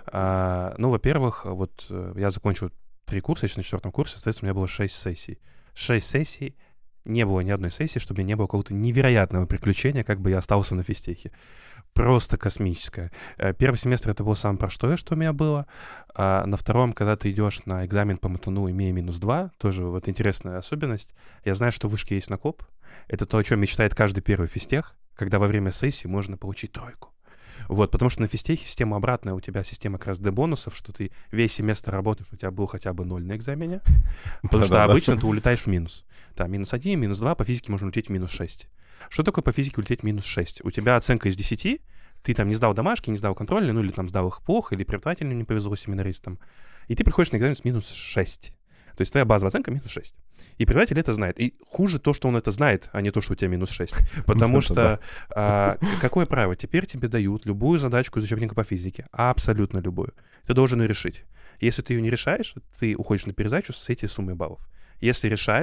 Ну, во-первых, вот я закончил 3 курса, еще на 4-м курсе, соответственно, у меня было 6 сессий. 6 сессий, не было ни одной сессии, чтобы не было какого-то невероятного приключения, как бы я остался на физтехе. Просто космическое. Первый семестр это было самое простое, что у меня было. А на втором, когда ты идешь на экзамен по матану, имея -2, тоже вот интересная особенность. Я знаю, что в вышке есть накоп. Это то, о чем мечтает каждый первый физтех, когда во время сессии можно получить 3. Вот, потому что на физтехе система обратная, у тебя система как раз D-бонусов, что ты весь семестр работаешь, у тебя был хотя бы 0 на экзамене, потому что обычно ты улетаешь в минус. Там -1, -2, по физике можно улететь в -6. Что такое по физике улететь в -6? У тебя оценка из 10, ты там не сдал домашки, не сдал контрольные, ну или там сдал их плохо, или преподавателю не повезло, семинаристам, и ты приходишь на экзамен с -6. То есть твоя базовая оценка -6. И преподаватель это знает. И хуже то, что он это знает, а не то, что у тебя -6. Потому что какое правило? Теперь тебе дают любую задачку из учебника по физике, абсолютно любую. Ты должен ее решить. Если ты ее не решаешь, ты уходишь на пересдачу с этой суммой баллов. Если решаешь,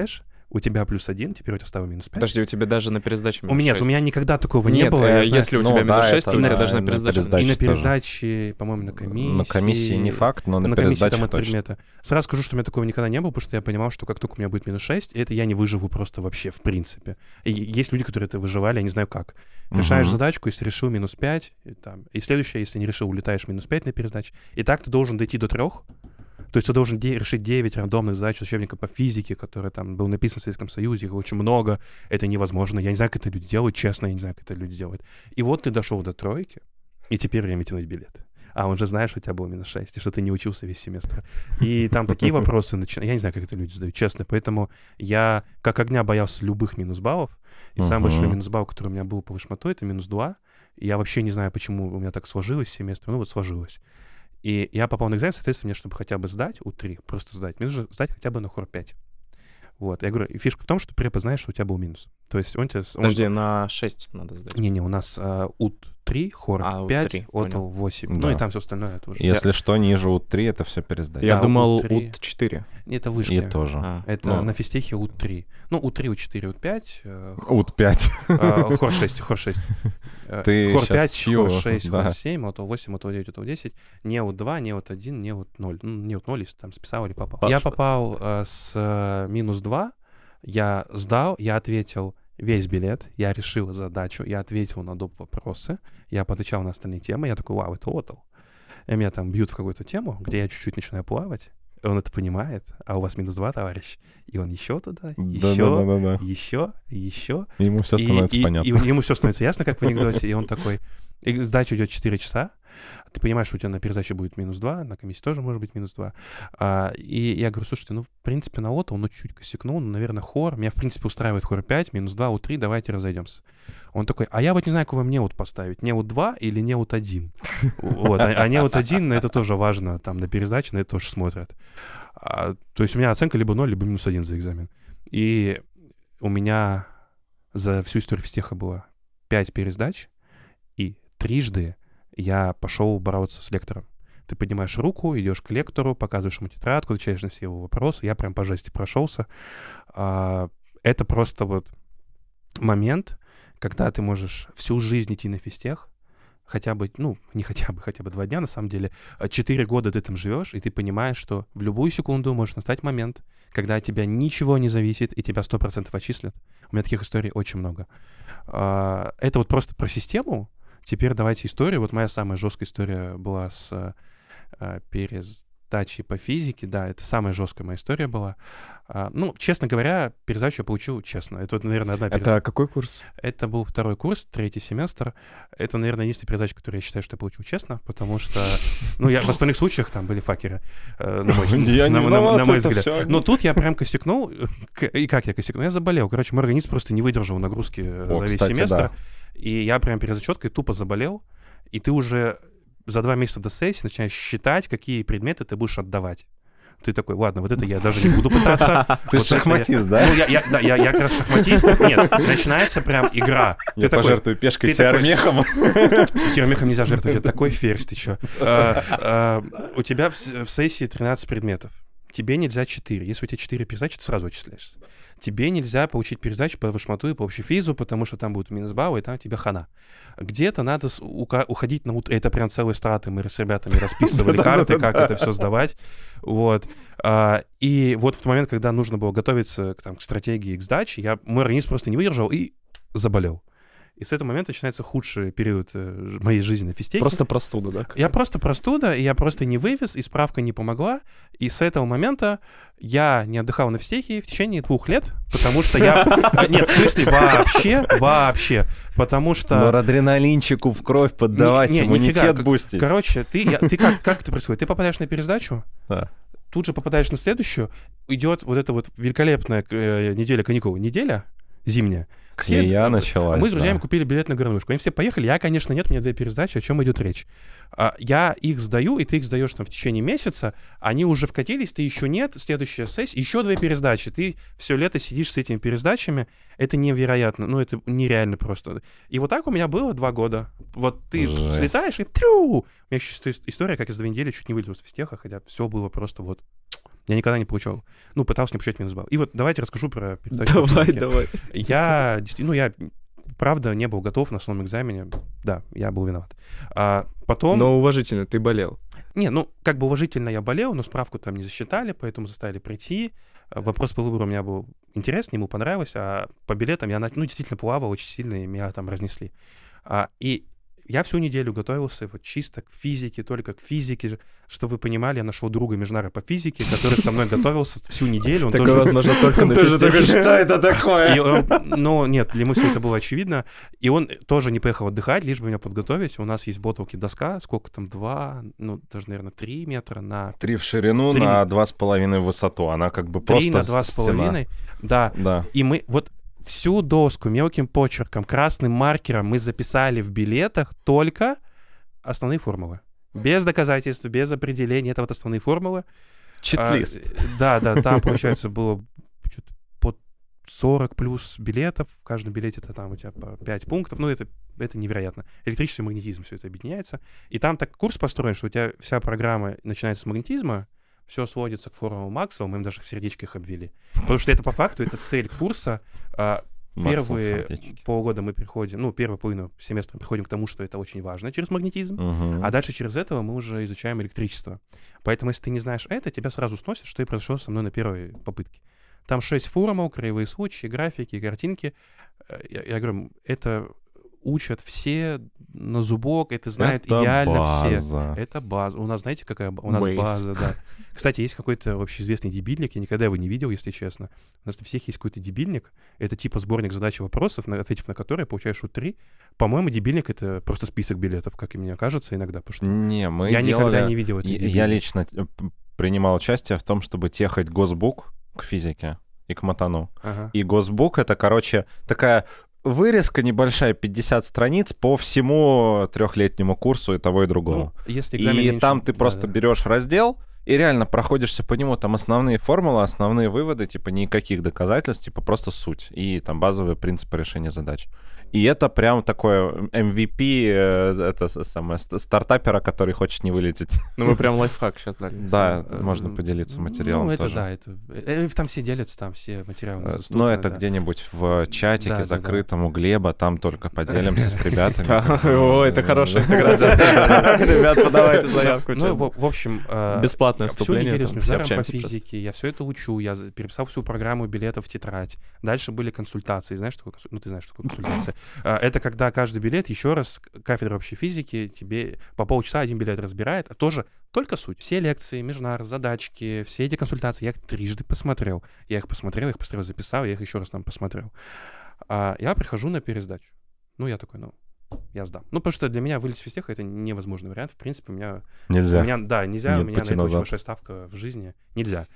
у тебя +1, теперь у тебя стало -5. Подожди, у тебя даже на пересдаче -6. У меня никогда такого не Нет, было. Я знаю. если у тебя -6, то у тебя даже на на пересдаче. пересдаче. И на тоже. пересдаче, по-моему, на комиссии. На комиссии не факт, но на комиссии пересдаче там от точно. предмета. Сразу скажу, что у меня такого никогда не было, потому что я понимал, что как только у меня будет -6, это я не выживу просто вообще в принципе. И есть люди, которые это выживали, я не знаю как. Решаешь задачку, если решил -5, и следующее, если не решил, улетаешь -5 на пересдаче. И так ты должен дойти до 3. То есть ты должен решить 9 рандомных задач учебника по физике, который там был написан в Советском Союзе, их очень много. Это невозможно. Я не знаю, как это люди делают, честно, я не знаю, как это люди делают. И вот ты дошел до 3, и теперь время тянуть билет. А он же знает, что у тебя было -6, и что ты не учился весь семестр. И там такие вопросы начинают. Я не знаю, как это люди задают, честно. Поэтому я как огня боялся любых минус-баллов. И самый большой минус-балл, который у меня был по вышмату, это -2. И я вообще не знаю, почему у меня так сложилось семестр. Ну вот сложилось. И я попал на экзамен, соответственно, мне, чтобы хотя бы сдать У3, просто сдать, мне нужно сдать хотя бы на хор 5. Вот, я говорю, и фишка в том, что препод знает, что у тебя был минус. То есть он тебе... Подожди, на 6 надо сдать. Не-не, у нас УТ-3, хор 5, ОТЛ 8. Да. Ну и там все остальное тоже. Если что, ниже УТ-3, это все пересдать. Я Да, думал УТ-3. УТ-4. Это вышки. И тоже. Это на физтехе УТ-3. Ну, УТ-3, УТ-4, УТ-5. УТ-5. Хор 6, хор 6. Ты хор щас 5, чью? хор 6, Да. хор 7, ОТЛ 8, ОТЛ 9, ОТЛ 10. Не УТ-2, не УТ-1, не УТ-0. Ну, не УТ-0, если там списал или попал. Я попал с -2. Я сдал, я ответил весь билет, я решил задачу, я ответил на доп. Вопросы, я поотвечал на остальные темы, я такой, вау, это ОТЛ. И меня там бьют в какую-то тему, где я чуть-чуть начинаю плавать, он это понимает, а у вас -2, товарищ. И он еще туда, еще. Ему все становится понятно. И ему все становится ясно, как в анекдоте, и он такой, и сдача идет 4 часа, ты понимаешь, что у тебя на пересдаче будет -2, на комиссии тоже может быть -2. И я говорю, слушайте, ну, в принципе, на ОТЛ, ну, чуть косякнул, ну, наверное, хор. Меня, в принципе, устраивает хор 5, -2, УТ-3, давайте разойдемся. Он такой, а я вот не знаю, кого мне вот поставить, не УТ-2 или не УТ-1. Вот, а не УТ-1, на это тоже важно, там, на пересдаче на это тоже смотрят. То есть у меня оценка либо 0, либо -1 за экзамен. И у меня за всю историю физтеха было 5 пересдач, и трижды я пошел бороться с лектором. Ты поднимаешь руку, идешь к лектору, показываешь ему тетрадку, отвечаешь на все его вопросы. Я прям по жести прошелся. Это просто вот момент, когда ты можешь всю жизнь идти на физтех, хотя бы, ну, не хотя бы 2 дня, на самом деле, 4 года ты там живешь, и ты понимаешь, что в любую секунду может настать момент, когда от тебя ничего не зависит, и тебя 100% отчислят. У меня таких историй очень много. Это вот просто про систему. Теперь давайте историю. Вот моя самая жесткая история была с пересдачей по физике. Да, это самая жесткая моя история была. Ну, честно говоря, пересдачу я получил честно. Это, вот, наверное, одна пересдача. Это какой курс? Это был 2 курс, 3 семестр. Это, наверное, единственная пересдача, которую я считаю, что я получил честно, потому что, ну, в остальных случаях там были факеры, на мой взгляд. Но тут я прям косякнул. И как я косякнул? Я заболел. Короче, мой организм просто не выдержал нагрузки за весь семестр. И я прям перед зачеткой тупо заболел. И ты уже за 2 месяца до сессии начинаешь считать, какие предметы ты будешь отдавать. Ты такой, ладно, вот это я даже не буду пытаться. Ты шахматист, да? Ну, я как раз шахматист. Нет, начинается прям игра. Я пожертвую пешкой Тиармехом. Тиармехом нельзя жертвовать, это такой ферзь, ты чё. У тебя в сессии 13 предметов. Тебе нельзя 4. Если у тебя 4 пересдачи, ты сразу отчисляешься. Тебе нельзя получить пересдачу по вышмату и по общефизу, потому что там будут минус-баллы, и там тебе хана. Где-то надо уходить на... Это прям целые страты. Мы с ребятами расписывали карты, как это все сдавать. Вот. И вот в тот момент, когда нужно было готовиться к стратегии к сдаче, мой организм просто не выдержал и заболел. И с этого момента начинается худший период моей жизни на физтехе. Просто простуда, да? Я просто простуда, и я просто не вывез, и справка не помогла. И с этого момента я не отдыхал на физтехе в течение 2 лет, потому что я... Нет, в смысле, вообще. Потому что... Норадреналинчику в кровь поддавать, иммунитет бустить. Короче, как это происходит? Ты попадаешь на пересдачу, тут же попадаешь на следующую, идет вот эта вот великолепная неделя каникул. Неделя зимняя. Клея началась. Мы с друзьями купили билет на горнушку. Они все поехали. Я, конечно, нет, у меня 2 пересдачи. О чем идет речь? Я их сдаю, и ты их сдаешь там в течение месяца. Они уже вкатились, ты еще нет. Следующая сессия, еще 2 пересдачи. Ты все лето сидишь с этими пересдачами. Это невероятно. Ну, это нереально просто. И вот так у меня было 2 года. Вот ты слетаешь, и... У меня еще история, как я за 2 недели чуть не вылетел с физтеха, хотя все было просто вот... Я никогда не получал. Ну, пытался не получать минус балл. И вот давайте расскажу про пересдачу по физике. Давай. Я действительно, я правда не был готов на основном экзамене. Да, я был виноват. А потом... Но уважительно, ты болел. Не, ну, как бы уважительно я болел, но справку там не засчитали, поэтому заставили прийти. Вопрос по выбору у меня был интересный, ему понравилось, а по билетам я, действительно плавал очень сильно, и меня там разнесли. И я всю неделю готовился вот чисто к физике, только к физике. Чтобы вы понимали, я нашел друга Межнара по физике, который со мной готовился всю неделю. Такое возможно только на физике. Что это такое? Но нет, для меня все это было очевидно. И он тоже не поехал отдыхать, лишь бы меня подготовить. У нас есть в Ботолке доска, сколько там, 2, ну, даже, наверное, 3 метра на... 3 в ширину, 3... на 2,5 в высоту. Она как бы просто 3 на 2,5, да. И мы вот всю доску мелким почерком, красным маркером мы записали в билетах только основные формулы. Без доказательств, без определения. Это вот основные формулы. Чит-лист. Да, там, получается, было что-то под 40 плюс билетов. В каждом билете это там у тебя по 5 пунктов. Ну, это невероятно. Электричество и магнетизм, все это объединяется. И там так курс построен, что у тебя вся программа начинается с магнетизма, все сводится к формулам Максвелла, мы им даже в сердечках обвели. Потому что это по факту, это цель курса. Первые полгода мы приходим, первую половину семестра приходим к тому, что это очень важно через магнетизм, а дальше через этого мы уже изучаем электричество. Поэтому, если ты не знаешь это, тебя сразу сносит, что и произошло со мной на первой попытке. Там 6 формул, краевые случаи, графики, картинки. Я говорю, это учат все на зубок, это знают это идеально база. Все. Это база. У нас, знаете, какая у нас база, да. Кстати, есть какой-то общеизвестный дебильник, я никогда его не видел, если честно. У нас у всех есть какой-то дебильник, это типа сборник задач и вопросов, ответив на которые, получаешь вот 3. По-моему, дебильник — это просто список билетов, как и мне кажется иногда, потому что я никогда не видел это дебильник. Я лично принимал участие в том, чтобы техать госбук к физике и к матану. И госбук — это, короче, такая... вырезка небольшая, 50 страниц по всему 3-летнему курсу и того, и другого. Если и там ты просто берешь раздел и реально проходишься по нему, там основные формулы, основные выводы, типа никаких доказательств, типа просто суть. И там базовые принципы решения задач. И это прям такое MVP, это самое, стартапера, который хочет не вылететь. Ну, мы прям лайфхак сейчас дали. Да, можно поделиться материалом тоже. Да, это там все делятся, там все материалы доступны. Ну, это где-нибудь в чатике закрытом у Глеба, там только поделимся с ребятами. О, это хорошая интеграция. Ребят, подавайте заявку. Ну, в общем... бесплатное вступление. Всю неделю с Межнаром по физике, я все это учу, я переписал всю программу билетов в тетрадь. Дальше были консультации. Знаешь, что такое? Ну, ты знаешь, что такое консультация. Это когда каждый билет, еще раз, кафедра общей физики тебе по полчаса один билет разбирает, а тоже только суть. Все лекции, Межнар, задачки, все эти консультации я их трижды посмотрел. Я их посмотрел, записал, я их еще раз там посмотрел. Я прихожу на пересдачу. Ну, я такой, я сдам. Ну, потому что для меня вылез физтеха — это невозможный вариант. В принципе, у меня... Нельзя. Нельзя. Нет, у меня на это очень большая ставка в жизни. Нельзя.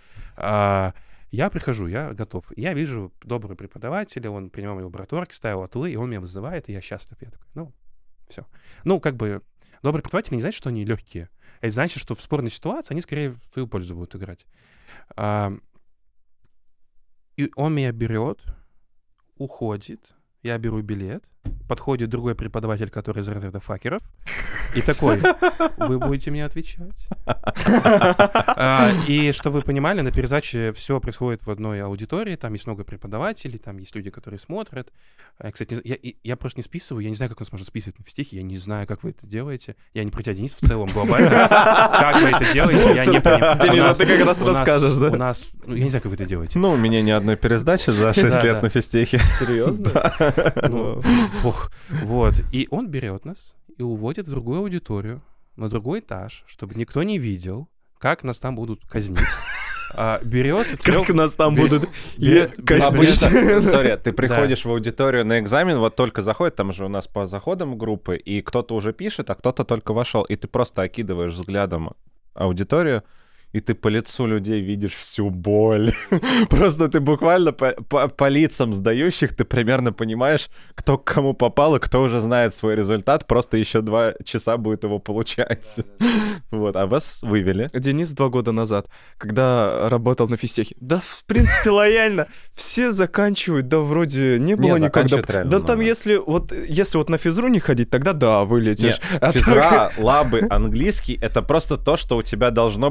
Я прихожу, я готов. Я вижу доброго преподавателя, он принимал мои лабораторки, ставил отлы, и он меня вызывает, и я счастлив. Я такой, все. Добрые преподаватели не значит, что они легкие. Это значит, что в спорной ситуации они скорее в свою пользу будут играть. И он меня берет, уходит, я беру билет, подходит другой преподаватель, который из разряда факеров, и такой: вы будете мне отвечать. И чтобы вы понимали, на пересдаче все происходит в одной аудитории, там есть много преподавателей, там есть люди, которые смотрят. Кстати, я просто не списываю, я не знаю, как у нас можно списывать на физтехе, я не знаю, как вы это делаете. Я не про тебя, Денис, в целом, глобально. Как вы это делаете, я не понимаю. Денис, ты как раз расскажешь, да? У нас, я не знаю, как вы это делаете. Ну, у меня ни одной пересдачи за 6 лет на физтехе. Серьезно? Вот. И он берет нас и уводит в другую аудиторию, на другой этаж, чтобы никто не видел, как нас там будут казнить. Берет... Как нас там будут казнить. Сори, ты приходишь в аудиторию на экзамен, вот только заходит, там же у нас по заходам группы, и кто-то уже пишет, а кто-то только вошел, и ты просто окидываешь взглядом аудиторию, и ты по лицу людей видишь всю боль. Просто ты буквально по лицам сдающих ты примерно понимаешь, кто к кому попал, и кто уже знает свой результат, просто еще 2 часа будет его получать. Вот, а вас вывели. Денис 2 года назад, когда работал на физтехе, да, в принципе, лояльно. Все заканчивают, да, вроде не было никогда. Да там, если вот на физру не ходить, тогда да, вылетишь. Физра, лабы, английский — это просто то, что у тебя должно быть запятая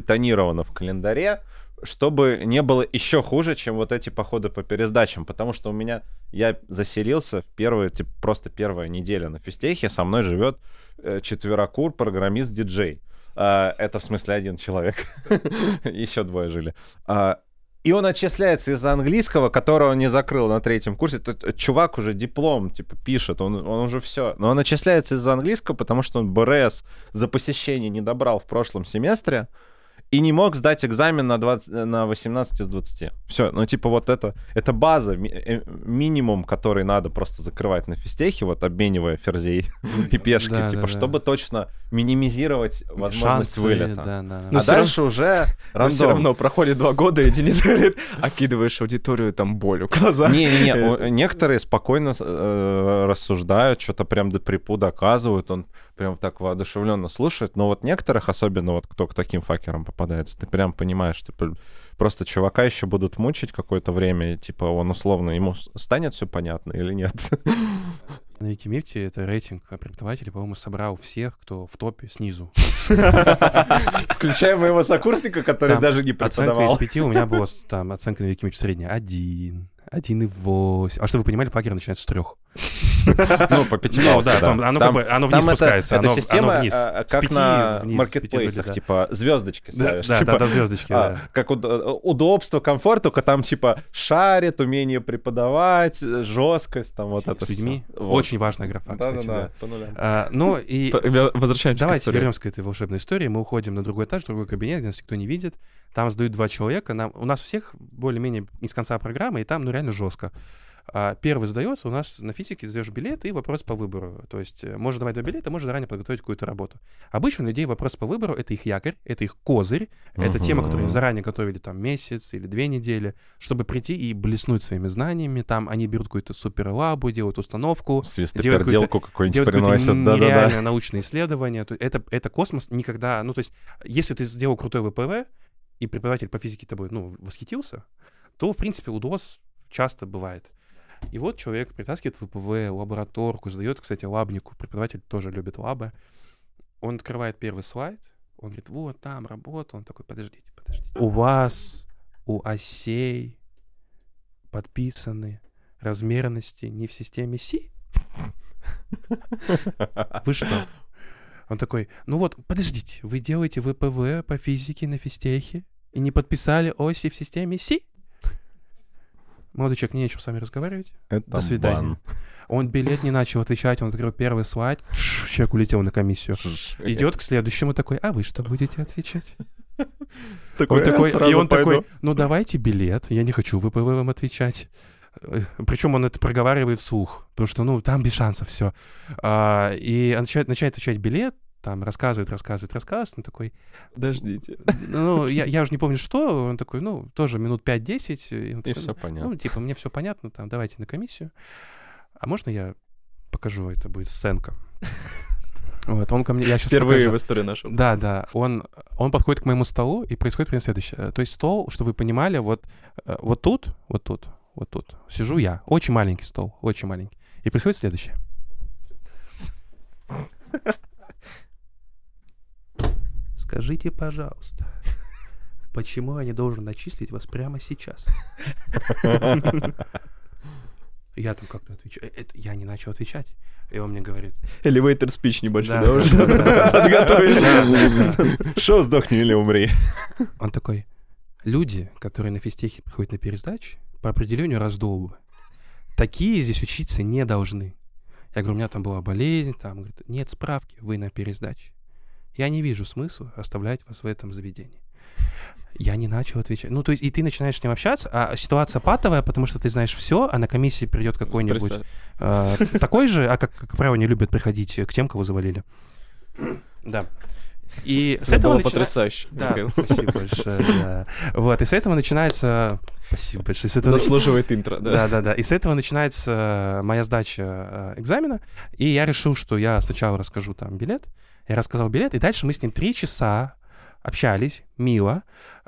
тонировано в календаре, чтобы не было еще хуже, чем вот эти походы по пересдачам. Потому что я заселился просто первая неделя на физтехе, со мной живет четверокур, программист, диджей. Это в смысле один человек. Еще двое жили. И он отчисляется из-за английского, которого он не закрыл на 3-м курсе. Чувак уже диплом, пишет, он уже все. Но он отчисляется из-за английского, потому что он БРС за посещение не добрал в прошлом семестре и не мог сдать экзамен на 18 из 20. Все, вот это база, минимум, который надо просто закрывать на физтехе, обменивая ферзей и пешки, чтобы точно минимизировать возможность вылета. Но дальше уже рандом. Все равно проходит 2 года, и Денис говорит, окидываешь аудиторию болью в глаза. Не, некоторые спокойно рассуждают, что-то прям до припу доказывают, он прям так воодушевленно слушает, но некоторых, особенно кто к таким факерам попадается, ты прям понимаешь, просто чувака еще будут мучить какое-то время, и он условно, ему станет все понятно или нет? На Викимифте это рейтинг преподавателей, по-моему, собрал всех, кто в топе снизу. Включая моего сокурсника, который даже не преподавал. Оценка из 5 у меня была оценка на Викимифте средняя 1,8. А чтобы вы понимали, факер начинается с 3. По 5 баллов, да. Оно вниз спускается. Это система, вниз. как на маркетплейсах, звездочки ставишь. Да, звездочки, да. Как удобство, комфорт, только там шарит, умение преподавать, жесткость, это с людьми. Все. Очень важная графа, кстати. Да, по нулям. Возвращаемся к истории. Давайте вернемся к этой волшебной истории. Мы уходим на другой этаж, в другой кабинет, где нас никто не видит. Там сдают 2 человека. У нас всех более-менее не с конца программы, и там реально жестко. Первый сдает, у нас на физике сдаешь билет и вопрос по выбору. То есть можно давать 2 билета, можно заранее подготовить какую-то работу. Обычно у людей вопрос по выбору — это их якорь, это их козырь, это тема, которую они заранее готовили месяц или 2 недели, чтобы прийти и блеснуть своими знаниями. Там они берут какую-то суперлабу, делают установку, свистоперделку какую-нибудь приносят. Нереальное научное исследование. Это космос никогда... то есть если ты сделал крутой ВПВ, и преподаватель по физике тобой восхитился, то, в принципе, удос часто бывает. И человек притаскивает ВПВ, лабораторку, сдает, кстати, лабнику. Преподаватель тоже любит лабы. Он открывает первый слайд, он говорит, там работа. Он такой, подождите. У вас, у осей подписаны размерности не в системе Си? Вы что? Он такой, подождите, вы делаете ВПВ по физике на физтехе и не подписали оси в системе Си? Молодой человек, мне нечего с вами разговаривать. До свидания. Бан. Он билет не начал отвечать, он открыл первый слайд, человек улетел на комиссию. Идет к следующему такой, а вы что будете отвечать? Он такой, давайте билет, я не хочу ВПВ вам отвечать. Причем он это проговаривает вслух, потому что, там без шансов все. И он начинает отвечать билет, там рассказывает, он такой... Подождите. Я уже не помню, что, он такой, тоже минут 5-10. И все понятно. Мне все понятно, давайте на комиссию. А можно я покажу, это будет сценка? Он ко мне... Впервые в истории нашего. Да. Он подходит к моему столу, и происходит примерно следующее. То есть стол, чтобы вы понимали, вот тут сижу я. Очень маленький стол, очень маленький. И происходит следующее. Скажите, пожалуйста, почему я не должен начислить вас прямо сейчас? Я там как-то отвечаю. Я не начал отвечать. И он мне говорит... Elevator speech небольшой, да, уже подготовили. Шо, сдохни или умри. Он такой, люди, которые на физтехе приходят на пересдачи, по определению раздолбы. Такие здесь учиться не должны. Я говорю, у меня там была болезнь, говорит, нет справки, вы на пересдаче. Я не вижу смысла оставлять вас в этом заведении. Я не начал отвечать. То есть и ты начинаешь с ним общаться, а ситуация патовая, потому что ты знаешь все, а на комиссии придет какой-нибудь такой же, а как правило, не любят приходить к тем, кого завалили. Да. И с этого было потрясающе. Да, спасибо большое. Да. И с этого начинается... Спасибо большое. Заслуживает интро, да. Да. И с этого начинается моя сдача экзамена, и я решил, что я сначала расскажу билет. Я рассказал билет, и дальше мы с ним 3 часа общались, мило,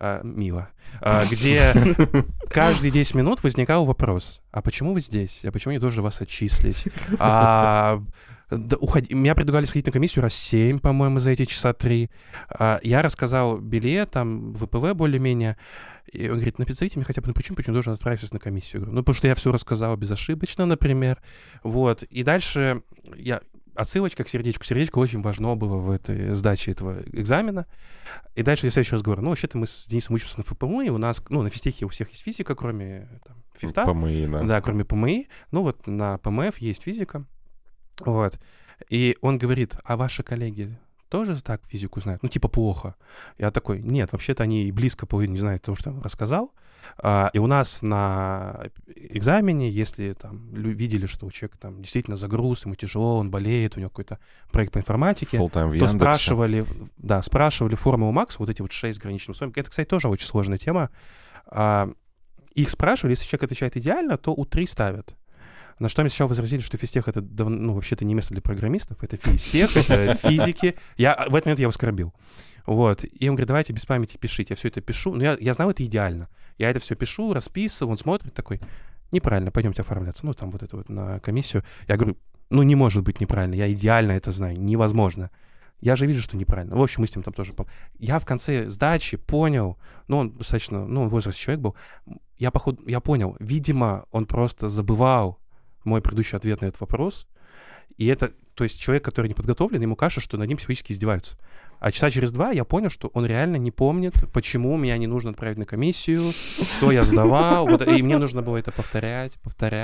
где каждые 10 минут возникал вопрос, а почему вы здесь? А почему не должен вас отчислить? Меня предлагали сходить на комиссию раз 7, по-моему, за эти часа 3. Я рассказал билет, там, ВПВ более-менее. И он говорит, назовите мне хотя бы, почему должен отправиться на комиссию? Я говорю, потому что я все рассказал безошибочно, например. Вот. И дальше отсылочка к сердечку. Сердечко очень важно было в этой сдаче этого экзамена. И дальше я в следующий раз говорю, вообще-то мы с Денисом учимся на ФПМИ, у нас, на физтехе у всех есть физика, кроме фифта. ПМИ, да. Да, кроме ПМИ. Вот на ПМФ есть физика. Вот. И он говорит, а ваши коллеги тоже так физику знают? Плохо. Я такой, нет, вообще-то они близко половины не знают того, что я рассказал. И у нас на экзамене, если там видели, что у человека там действительно загруз, ему тяжело, он болеет, у него какой-то проект по информатике, то спрашивали формулу Макса, вот эти 6 граничных условий. Это, кстати, тоже очень сложная тема. Их спрашивали, если человек отвечает идеально, то U3 ставят. На что мне сначала возразили, что физтех — это вообще-то не место для программистов, это физтех, это физики. В этот момент я его оскорбил. Вот. И он говорит, давайте без памяти пишите. Я все это пишу. Но я знал, это идеально. Я это все пишу, расписываю, он смотрит такой, неправильно, пойдемте оформляться. Там вот это вот на комиссию. Я говорю, не может быть неправильно, я идеально это знаю, невозможно. Я же вижу, что неправильно. В общем, мы с ним там тоже... Я в конце сдачи понял, он достаточно, он в возрасте человек был, я понял, видимо, он просто забывал мой предыдущий ответ на этот вопрос. И это, то есть человек, который не подготовлен, ему кажется, что над ним психологически издеваются. А часа через 2 я понял, что он реально не помнит, почему меня не нужно отправить на комиссию, что я сдавал. И мне нужно было это повторять.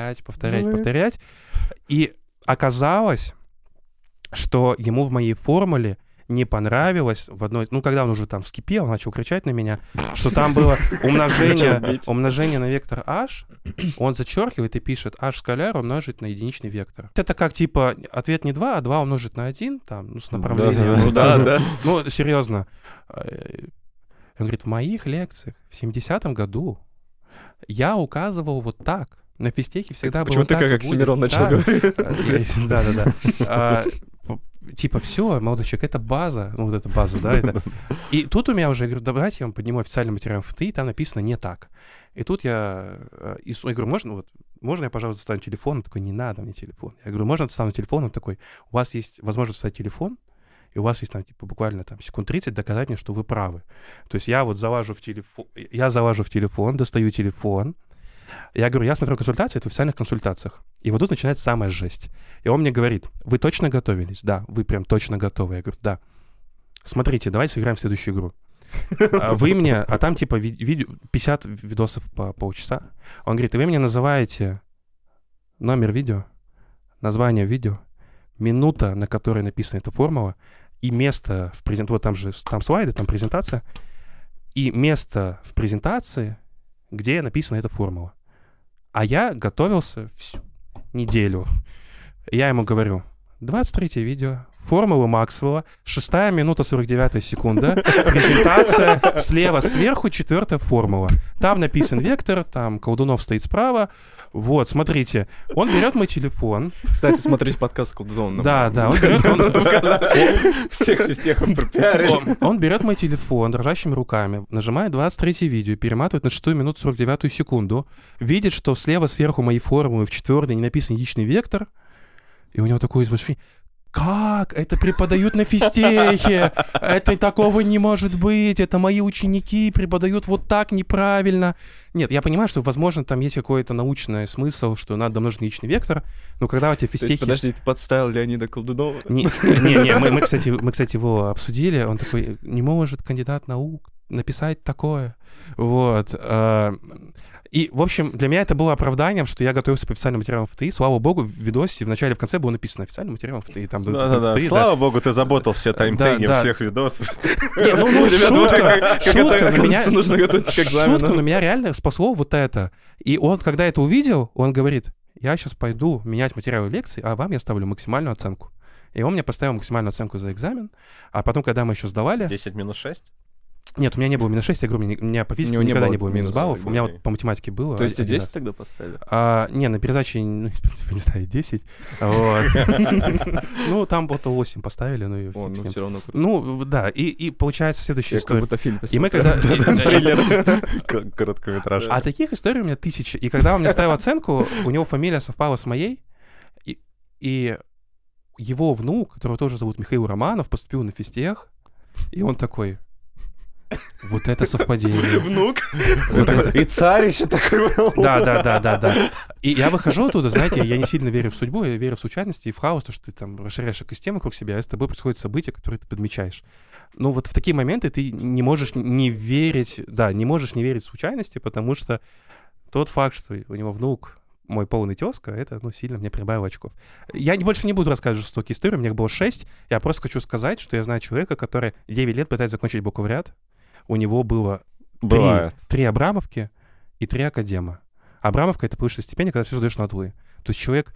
И оказалось, что ему в моей формуле не понравилось в одной... когда он уже там вскипел, он начал кричать на меня, что там было умножение на вектор h, он зачеркивает и пишет h скаляр умножить на единичный вектор. Это как, ответ не 2, а 2 умножить на 1, с направлением. Да. Серьезно. Он говорит, в моих лекциях в 70-м году я указывал вот так. На физтехе всегда было так. Почему ты как Оксимирон начал говорить? Да. Все, молодой человек, это база, это база, да, это. И тут у меня уже, я говорю, давайте я вам подниму официальный материал ФТИ, и там написано не так. И тут я говорю, можно я, пожалуйста, достану телефон? Он такой, не надо мне телефон. Я говорю, можно достану телефон? Он такой, у вас есть возможность достать телефон, и у вас есть буквально секунд 30 доказать мне, что вы правы. То есть я залажу в телефон, достаю телефон. Я говорю, я смотрю консультации, это в официальных консультациях. И вот тут начинается самая жесть. И он мне говорит, вы точно готовились? Да, вы прям точно готовы. Я говорю, да. Смотрите, давайте сыграем в следующую игру. Вы мне, а там 50 видосов по полчаса. Он говорит, вы мне называете номер видео, название видео, минута, на которой написана эта формула, и место в презентации, вот там слайды, там презентация, и место в презентации, где написана эта формула. А я готовился всю неделю. Я ему говорю, 23 видео, формула Максвелла, 6 минута 49 секунда, презентация, слева сверху 4 формула. Там написан вектор, там Колдунов стоит справа. Вот, смотрите, он берет мой телефон. Кстати, смотрите подкаст с Колдуновым. Да, он берет... Всех физтехов пропиарили. Он берет мой телефон дрожащими руками, нажимает 23 видео, перематывает на 6 минуту 49 секунду, видит, что слева сверху моей формулы в 4 не написан единичный вектор, и у него такое извращение. Как? Это преподают на физтехе. Это такого не может быть. Это мои ученики преподают вот так неправильно. Нет, я понимаю, что, возможно, там есть какой-то научный смысл, что надо умножить на единичный вектор, но когда у тебя физтехи... То есть, подожди, ты подставил Леонида Колдунова? Не, мы, кстати, его обсудили. Он такой, не может кандидат наук написать такое. Вот. И, в общем, для меня это было оправданием, что я готовился по официальным материалам ФТИ. Слава богу, в видосе в начале и в конце было написано официальный материал ФТИ. Да. Слава богу, ты заботал все таймтеги всех видосов. Ребята, как это нужно готовиться к экзамену. Шутка, но меня реально спасло вот это. И он, когда это увидел, он говорит, я сейчас пойду менять материалы лекций, а вам я ставлю максимальную оценку. И он мне поставил максимальную оценку за экзамен. А потом, когда мы еще сдавали... 10 минус 6? Нет, у меня не было минус 6, я говорю, у меня по физике никогда не было минус баллов, у меня вот по математике было. То есть 10 тогда поставили? Не, на пересдаче, в принципе, не ставить 10. Ну, там вот 8 поставили, ну и фиг с ним. Все равно. Ну, да, и получается следующая история. Как будто фильм посмотрел. И мы когда... Триллер. Короткометражный. А таких историй у меня 1000. И когда он мне ставил оценку, у него фамилия совпала с моей, и его внук, которого тоже зовут Михаил Романов, поступил на физтех, и он такой... Вот это совпадение. Внук. И царь еще такой был. Да. И я выхожу оттуда, знаете, я не сильно верю в судьбу, я верю в случайности и в хаос, то, что ты там расширяешь экосистему вокруг себя, и с тобой происходят события, которые ты подмечаешь. Но вот в такие моменты ты не можешь не верить в случайности, потому что тот факт, что у него внук мой полный тезка, это, сильно мне прибавило очков. Я больше не буду рассказывать жестокие истории, у меня их было 6. Я просто хочу сказать, что я знаю человека, который 9 лет пытается закончить бакалавриат. У него было 3 Абрамовки и 3 академа. Абрамовка — это повышенная стипендия, когда все сдаешь на отвы. То есть человек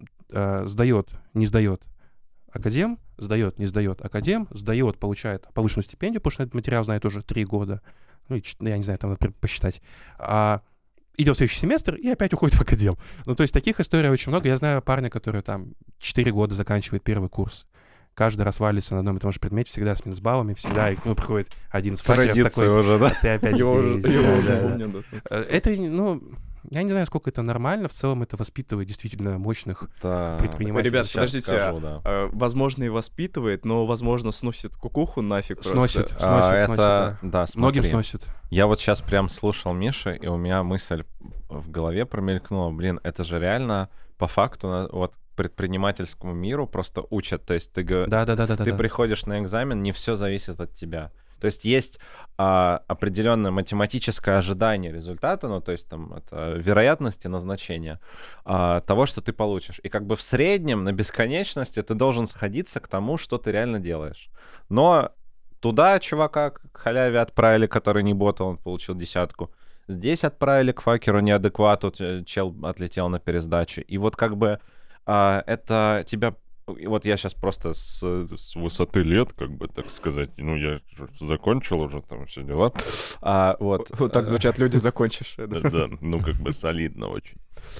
сдает, не сдает академ, сдает, не сдает академ, сдает, получает повышенную стипендию, потому что этот материал знает уже 3 года. Я не знаю, там надо посчитать. Идет в следующий семестр и опять уходит в академ. То есть таких историй очень много. Я знаю парня, который там 4 года заканчивает первый курс. Каждый раз валится на одном и том же предмете, всегда с минус-баллами, всегда приходит один с факеров такой... Традиция уже, да? Ты опять здесь. Его уже помнят. Это, я не знаю, сколько это нормально. В целом это воспитывает действительно мощных предпринимателей. Ребят, подождите, возможно, и воспитывает, но, возможно, сносит кукуху нафиг просто. Сносит, да. Многим сносит. Я вот сейчас прям слушал Мишу, и у меня мысль в голове промелькнула. Это же реально по факту вот предпринимательскому миру просто учат. То есть ты приходишь на экзамен, не все зависит от тебя. То есть определенное математическое ожидание результата, то есть там это вероятности назначения того, что ты получишь. И как бы в среднем на бесконечности ты должен сходиться к тому, что ты реально делаешь. Но туда чувака к халяве отправили, который не ботал, он получил 10. Здесь отправили к факеру неадеквату, чел отлетел на пересдачу. И вот как бы это тебя... Вот я сейчас просто с высоты лет, как бы, так сказать, я закончил уже там все дела. Вот так звучат люди, закончишь. Да, как бы солидно очень.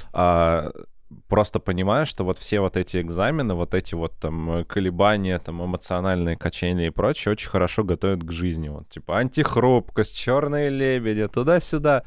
Просто понимаю, что вот все вот эти экзамены, вот эти вот там колебания, там эмоциональные качели и прочее очень хорошо готовят к жизни. Вот типа антихрупкость, черные лебеди, туда-сюда.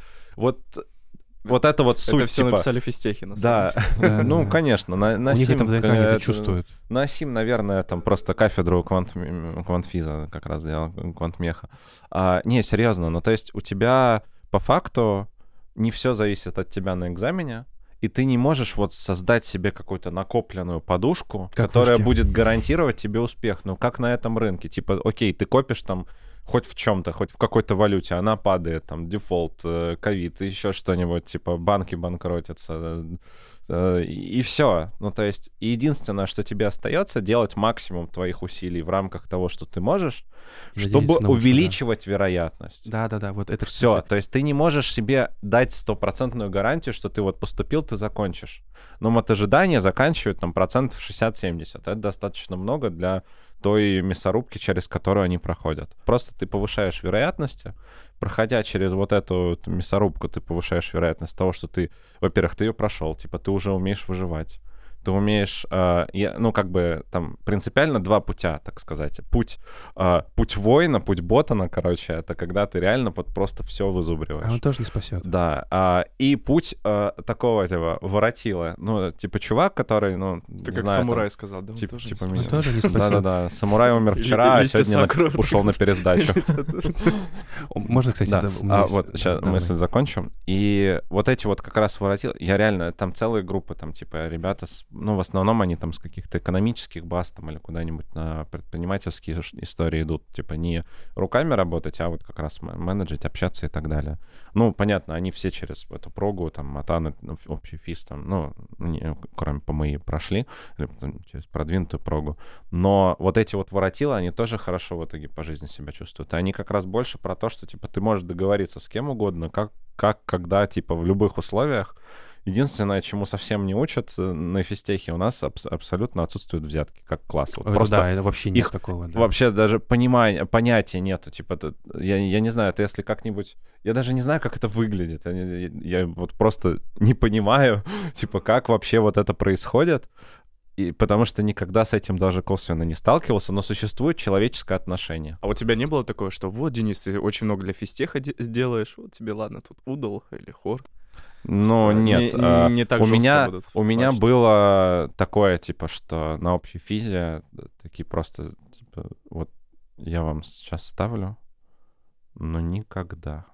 Вот это вот суть. Это все написали физтехи, на самом деле. Ну, конечно. У них это наверняка чувствуют. На СИМ, наверное, там просто кафедру квантфиза как раз делал, квантмеха. Не, серьезно. То есть у тебя по факту не все зависит от тебя на экзамене, и ты не можешь вот создать себе какую-то накопленную подушку, которая будет гарантировать тебе успех. Как на этом рынке. Типа, окей, ты копишь там хоть в чем-то, хоть в какой-то валюте, она падает, там, дефолт, ковид, еще что-нибудь, типа, банки банкротятся, и все. То есть, единственное, что тебе остается, делать максимум твоих усилий в рамках того, что ты можешь, чтобы увеличивать вероятность. Да, вот это все. То есть, ты не можешь себе дать 100% гарантию, что ты вот поступил, ты закончишь. Но ожидания заканчивают там 60-70%. Это достаточно много для той мясорубки, через которую они проходят. Просто ты повышаешь вероятности. Проходя через вот эту мясорубку, ты повышаешь вероятность того, что ты, во-первых, ты ее прошел, типа ты уже умеешь выживать. Ты умеешь, как бы там принципиально 2 путя, так сказать. Путь воина, путь ботана, короче, это когда ты реально просто все вызубриваешь. А он тоже не спасет. Да. И путь такого, типа, воротила. Типа чувак, который, ты как знаю, самурай сказал, да? Типа меня. Он тоже не спасет. Да. Самурай умер вчера, а сегодня ушел на пересдачу. Можно, кстати, вот, сейчас мысль закончу. И вот эти вот как раз воротила, я реально, там целые группы, там, типа, ребята в основном они там с каких-то экономических баз там или куда-нибудь на предпринимательские истории идут. Типа не руками работать, а вот как раз менеджить, общаться и так далее. Понятно, они все через эту прогу, там, Матан, общий физ, там, кроме ПМИ прошли, или через продвинутую прогу. Но вот эти вот воротила, они тоже хорошо в итоге по жизни себя чувствуют. И они как раз больше про то, что, типа, ты можешь договориться с кем угодно, когда, типа, в любых условиях. Единственное, чему совсем не учат на физтехе, у нас абсолютно отсутствуют взятки как класс. Просто да, это вообще нет такого. Да. Вообще даже понятия нету. Типа, я не знаю, это если как-нибудь... Я даже не знаю, как это выглядит. Я вот просто не понимаю, типа, как вообще вот это происходит. И потому что никогда с этим даже косвенно не сталкивался, но существует человеческое отношение. А у тебя не было такого, что вот, Денис, ты очень много для физтеха сделаешь, вот тебе, ладно, тут удал или хор? Ну, нет. Не так у жестко меня, будут у меня флажить. было такое, типа, что на общей физе такие просто, типа, вот я вам сейчас ставлю, но никогда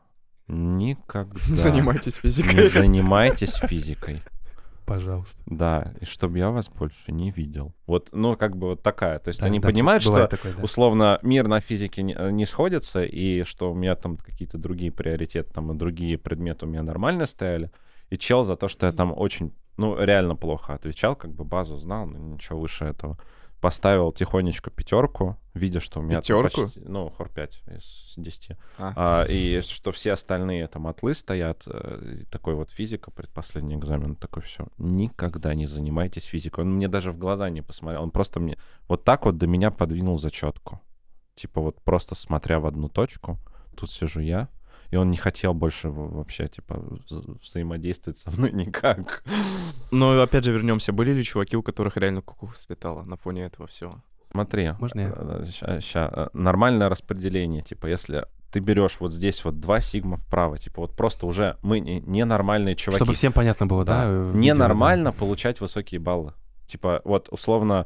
Занимайтесь не физикой. занимайтесь физикой. Пожалуйста. Да, и чтобы я вас больше не видел. Вот, ну, как бы вот такая. То есть Да, они да, понимают, что бывает такое, да. условно мир на физике не сходится, и что у меня там какие-то другие приоритеты, там, и другие предметы у меня нормально стояли. И чел за то, что я там очень, ну, реально плохо отвечал, как бы базу знал, но ничего выше этого. Поставил тихонечко 5, видя, что у меня... там 5? почти, ну, хор 5 из 10. А. И что все остальные там отлы стоят. И такой вот физика, предпоследний экзамен, такой все. Никогда не занимайтесь физикой. Он мне даже в глаза не посмотрел. Он просто мне вот так вот до меня подвинул зачетку. Типа вот просто смотря в одну точку, тут сижу я, и он не хотел больше вообще, типа, взаимодействовать со мной никак. Но опять же вернемся. Были ли чуваки, у которых реально кукуха слетала на фоне этого всего? Смотри, Можно я? ща, нормальное распределение, типа, если ты берешь вот здесь вот 2 сигма вправо, типа, вот просто уже мы ненормальные чуваки. Чтобы всем понятно было, да? Да. видео, Ненормально получать высокие баллы. Типа, вот, условно,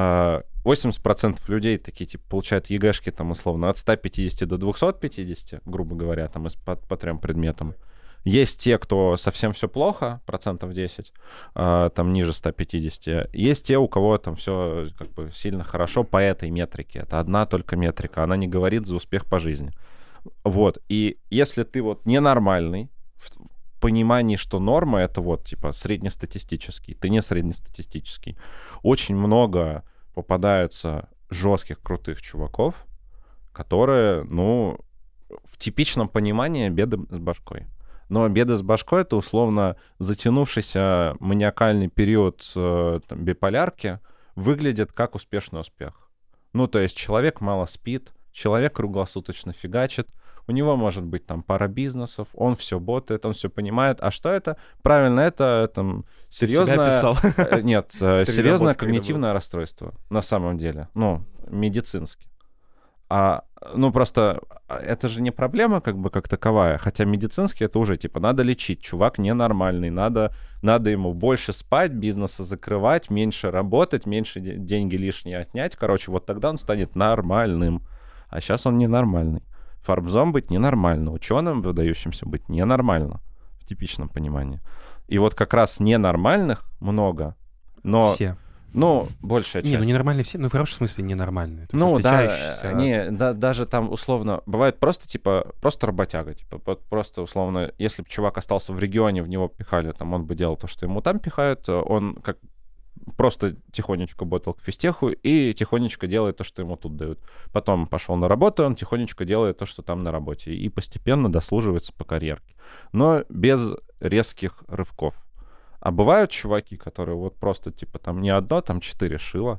80% людей такие, типа, получают ЕГЭшки, там, условно, от 150 до 250, грубо говоря, там, по 3 предметам. Есть те, кто совсем все плохо, 10%, там, ниже 150. Есть те, у кого там все как бы сильно хорошо по этой метрике. Это одна только метрика, она не говорит за успех по жизни. Вот, и если ты вот ненормальный, в понимании, что норма — это вот, типа, среднестатистический, ты не среднестатистический, очень много попадаются жестких, крутых чуваков, которые, ну, в типичном понимании беды с башкой. Но беды с башкой — это, условно, затянувшийся маниакальный период там, биполярки выглядит как успешный успех. Ну, то есть человек мало спит, человек круглосуточно фигачит, у него может быть там пара бизнесов, он все ботает, он все понимает. А что это? Правильно, это там серьезное... Нет, серьезное когнитивное расстройство на самом деле. Ну, медицински. Ну, просто это же не проблема как бы как таковая, хотя медицински это уже, типа, надо лечить, чувак ненормальный, надо ему больше спать, бизнесы закрывать, меньше работать, меньше деньги лишние отнять, короче, вот тогда он станет нормальным, а сейчас он ненормальный. Фарбзом быть ненормально, ученым выдающимся быть ненормально, в типичном понимании. И вот как раз ненормальных много, но... Все. Ну, большая часть. Не, ну ненормальные все, ну в хорошем смысле ненормальные. Ну да, даже там условно, бывает просто типа, просто работяга, типа, просто условно, если бы чувак остался в регионе, в него пихали, там он бы делал то, что ему там пихают, он как просто тихонечко ботал к физтеху и тихонечко делает то, что ему тут дают. Потом пошел на работу, он тихонечко делает то, что там на работе, и постепенно дослуживается по карьерке. Но без резких рывков. А бывают чуваки, которые вот просто, типа, там не одно, там 4 шила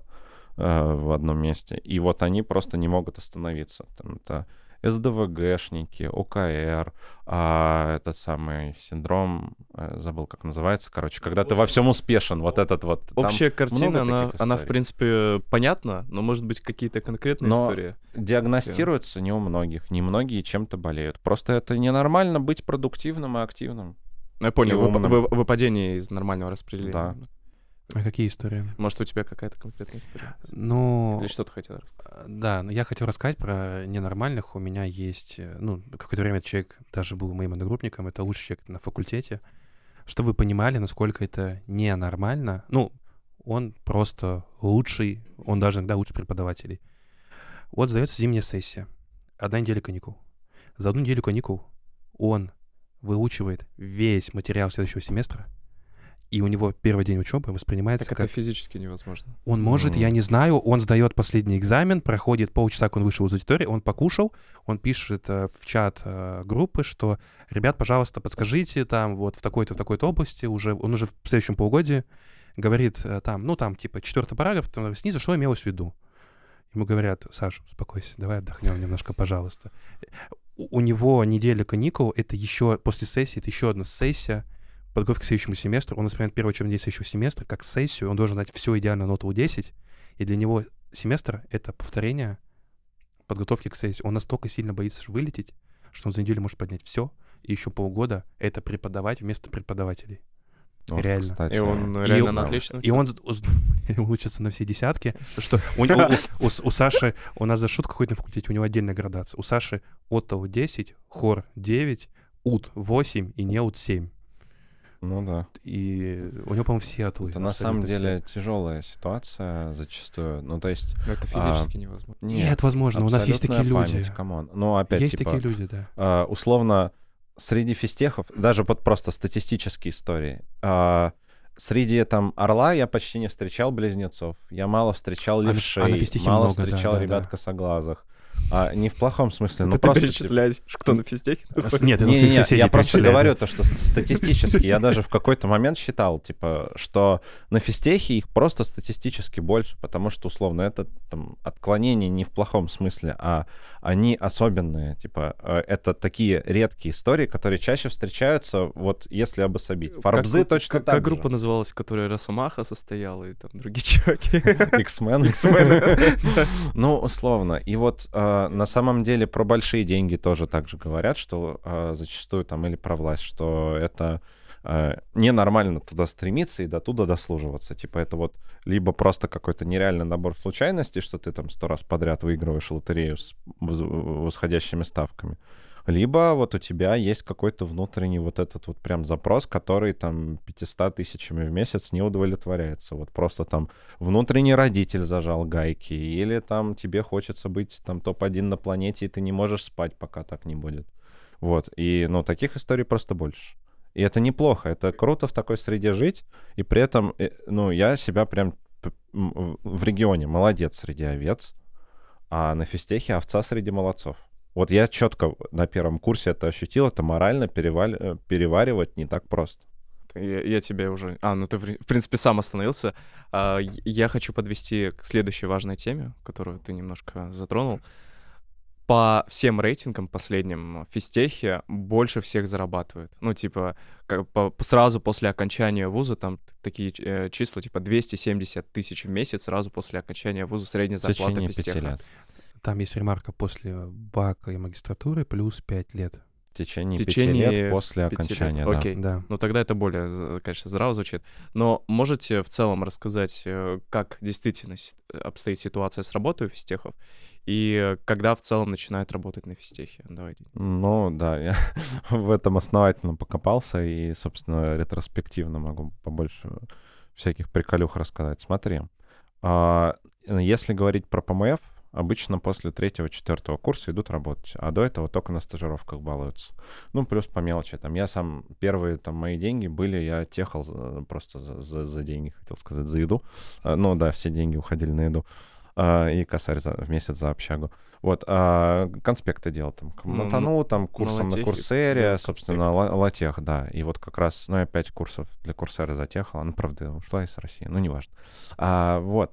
в одном месте, и вот они просто не могут остановиться. Там это СДВГшники, ОКР, этот самый синдром, забыл, как называется, короче, когда ты во всем успешен, вот этот вот. Общая картина, она, в принципе, понятна, но, может быть, какие-то конкретные истории. Диагностируется не у многих, не многие чем-то болеют. Просто это ненормально быть продуктивным и активным. Я понял, выпадение из нормального распределения. Да. А какие истории? Может, у тебя какая-то конкретная история? Ну... Или что ты хотел рассказать? Да, но я хотел рассказать про ненормальных. У меня есть... Ну, какое-то время этот человек даже был моим одногруппником. Это лучший человек на факультете. Чтобы вы понимали, насколько это ненормально. Ну, он просто лучший. Он даже иногда лучше преподавателей. Вот сдается зимняя сессия. 1 неделя каникул. За 1 неделю каникул он выучивает весь материал следующего семестра, и у него первый день учебы воспринимается так как... это физически невозможно. Он может, я не знаю, он сдает последний экзамен, проходит полчаса, как он вышел из аудитории, он покушал, он пишет в чат группы, что, ребят, пожалуйста, подскажите, там, вот в такой-то области, он уже в следующем полугодии говорит, там, типа, 4-й параграф, там, снизу, что имелось в виду. Ему говорят: Саша, успокойся, давай отдохнем немножко, пожалуйста. У него неделя каникул, это еще после сессии, это еще одна сессия, подготовка к следующему семестру. Он воспринимает первый учебный день следующего семестра как сессию, он должен знать все идеально ноту 10, и для него семестр — это повторение подготовки к сессии. Он настолько сильно боится вылететь, что он за неделю может поднять все, и еще полгода это преподавать вместо преподавателей. Вот, Реально. кстати, И он И реально он- на отлично И он учится на все десятки. Что у Саши, у нас за шутка ходит на факультете, у него отдельная градация. У Саши ОТО 10, хор 9, УТ 8 и неут 7. Ну да. И у него, по-моему, все отлы. Это на самом абсолютно деле тяжелая ситуация зачастую. Ну, то есть... все. Это физически невозможно. все. Нет, возможно, у нас есть такие абсолютная люди. память, камон. Ну, опять, Есть типа, такие люди, да. условно, среди физтехов, даже вот просто статистические истории, среди там Орла я почти не встречал близнецов, я мало встречал на левшей, физтехе мало много, да, встречал да, ребят да. косоглазых. Не в плохом смысле, Это ну ты просто... перечисляешь, кто на физтехе находится? Нет, это Не-не-не, соседи я просто перечисляют, говорю да. то, что статистически я даже в какой-то момент считал, типа, что на физтехе их просто статистически больше, потому что, условно, это там отклонения не в плохом смысле, а они особенные, типа, это такие редкие истории, которые чаще встречаются, вот если обособить. Фарбзы точно так Как же. группа называлась, в которой Росомаха состояла, и там другие чуваки? X-Men. X-Men. Ну, условно. И вот на самом деле про большие деньги тоже так же говорят, что зачастую там или про власть, что это ненормально туда стремиться и до туда дослуживаться. Типа это вот либо просто какой-то нереальный набор случайностей, что ты там 100 раз подряд выигрываешь лотерею с восходящими ставками, либо вот у тебя есть какой-то внутренний вот этот вот прям запрос, который там 500 тысячами в месяц не удовлетворяется. Вот просто там внутренний родитель зажал гайки, или там тебе хочется быть там топ-1 на планете, и ты не можешь спать, пока так не будет. Вот, и, ну, таких историй просто больше. И это неплохо, это круто в такой среде жить, и при этом, ну, я себя прям в регионе молодец среди овец, а на физтехе овца среди молодцов. Вот я четко на первом курсе это ощутил, это морально переваривать не так просто. Я тебе уже... ну ты, в принципе, сам остановился. Я хочу подвести к следующей важной теме, которую ты немножко затронул. По всем рейтингам последним в физтехе больше всех зарабатывают. Ну, типа, сразу после окончания вуза там такие числа, типа 270 тысяч в месяц сразу после окончания вуза средняя зарплата В течение 5 физтеха. лет. Там есть ремарка после бака и магистратуры плюс 5 лет. В течение 5 течение лет после 5 лет. окончания, да. Окей. Да. Ну, тогда это более, конечно, здраво звучит. Но можете в целом рассказать, как действительно обстоит ситуация с работой у физтехов и когда в целом начинают работать на физтехе? Давайте. Ну, да, я в этом основательно покопался и, собственно, ретроспективно могу побольше всяких приколюх рассказать. Смотри, если говорить про ПМФ, обычно после 3-4 курса идут работать, а до этого только на стажировках балуются. Ну, плюс по мелочи. Там я сам, первые там мои деньги были, я техал просто за деньги, хотел сказать, за еду. Ну, да, все деньги уходили на еду. И косарь в месяц за общагу. Вот, конспекты делал там к Матану, там курсом на Курсере, собственно, латех, да. И вот как раз, ну, я 5 курсов для Курсера затехал, она, правда, ушла из России, ну, неважно. Вот.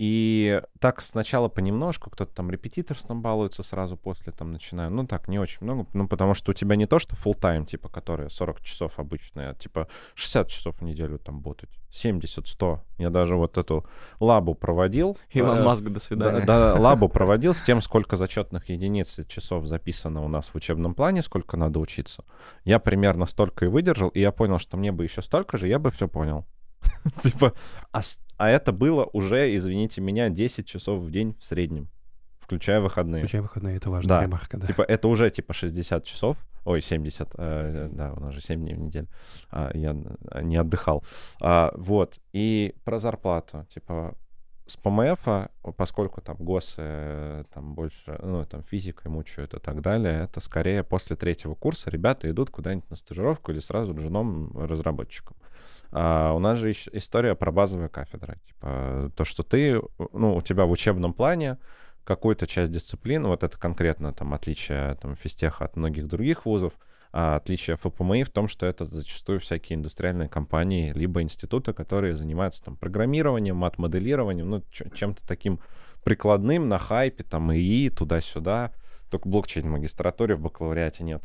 И так сначала понемножку, кто-то там репетиторством балуется сразу после, там, начинаю. Ну, так, не очень много, ну, потому что у тебя не то, что full-time, типа, которые 40 часов обычные, а, типа, 60 часов в неделю там ботать, 70, 100. Я даже вот эту лабу проводил. Илон Маск, до свидания. Да, лабу проводил с тем, сколько зачетных единиц и часов записано у нас в учебном плане, сколько надо учиться. Я примерно столько и выдержал, и я понял, что мне бы еще столько же, я бы все понял. Типа, а это было уже, извините меня, 10 часов в день в среднем, включая выходные. Включая выходные, это важная ремарка, да. Типа, это уже, типа, 60 часов, ой, 70, да, у нас же 7 дней в неделю, я не отдыхал. Вот, и про зарплату, типа, с ПМФ, поскольку там госы, там больше, ну, там физикой мучают и так далее, это скорее после 3-го курса ребята идут куда-нибудь на стажировку или сразу к женам-разработчикам. У нас же история про базовые кафедры. Типа, то, что ты, ну, у тебя в учебном плане какую-то часть дисциплин, вот это конкретно там отличие там, физтеха от многих других вузов, отличие ФПМИ в том, что это зачастую всякие индустриальные компании, либо институты, которые занимаются там программированием, мат-моделированием, ну, чем-то таким прикладным на хайпе, там, ИИ, туда-сюда. Только блокчейн в магистратуре, в бакалавриате нет.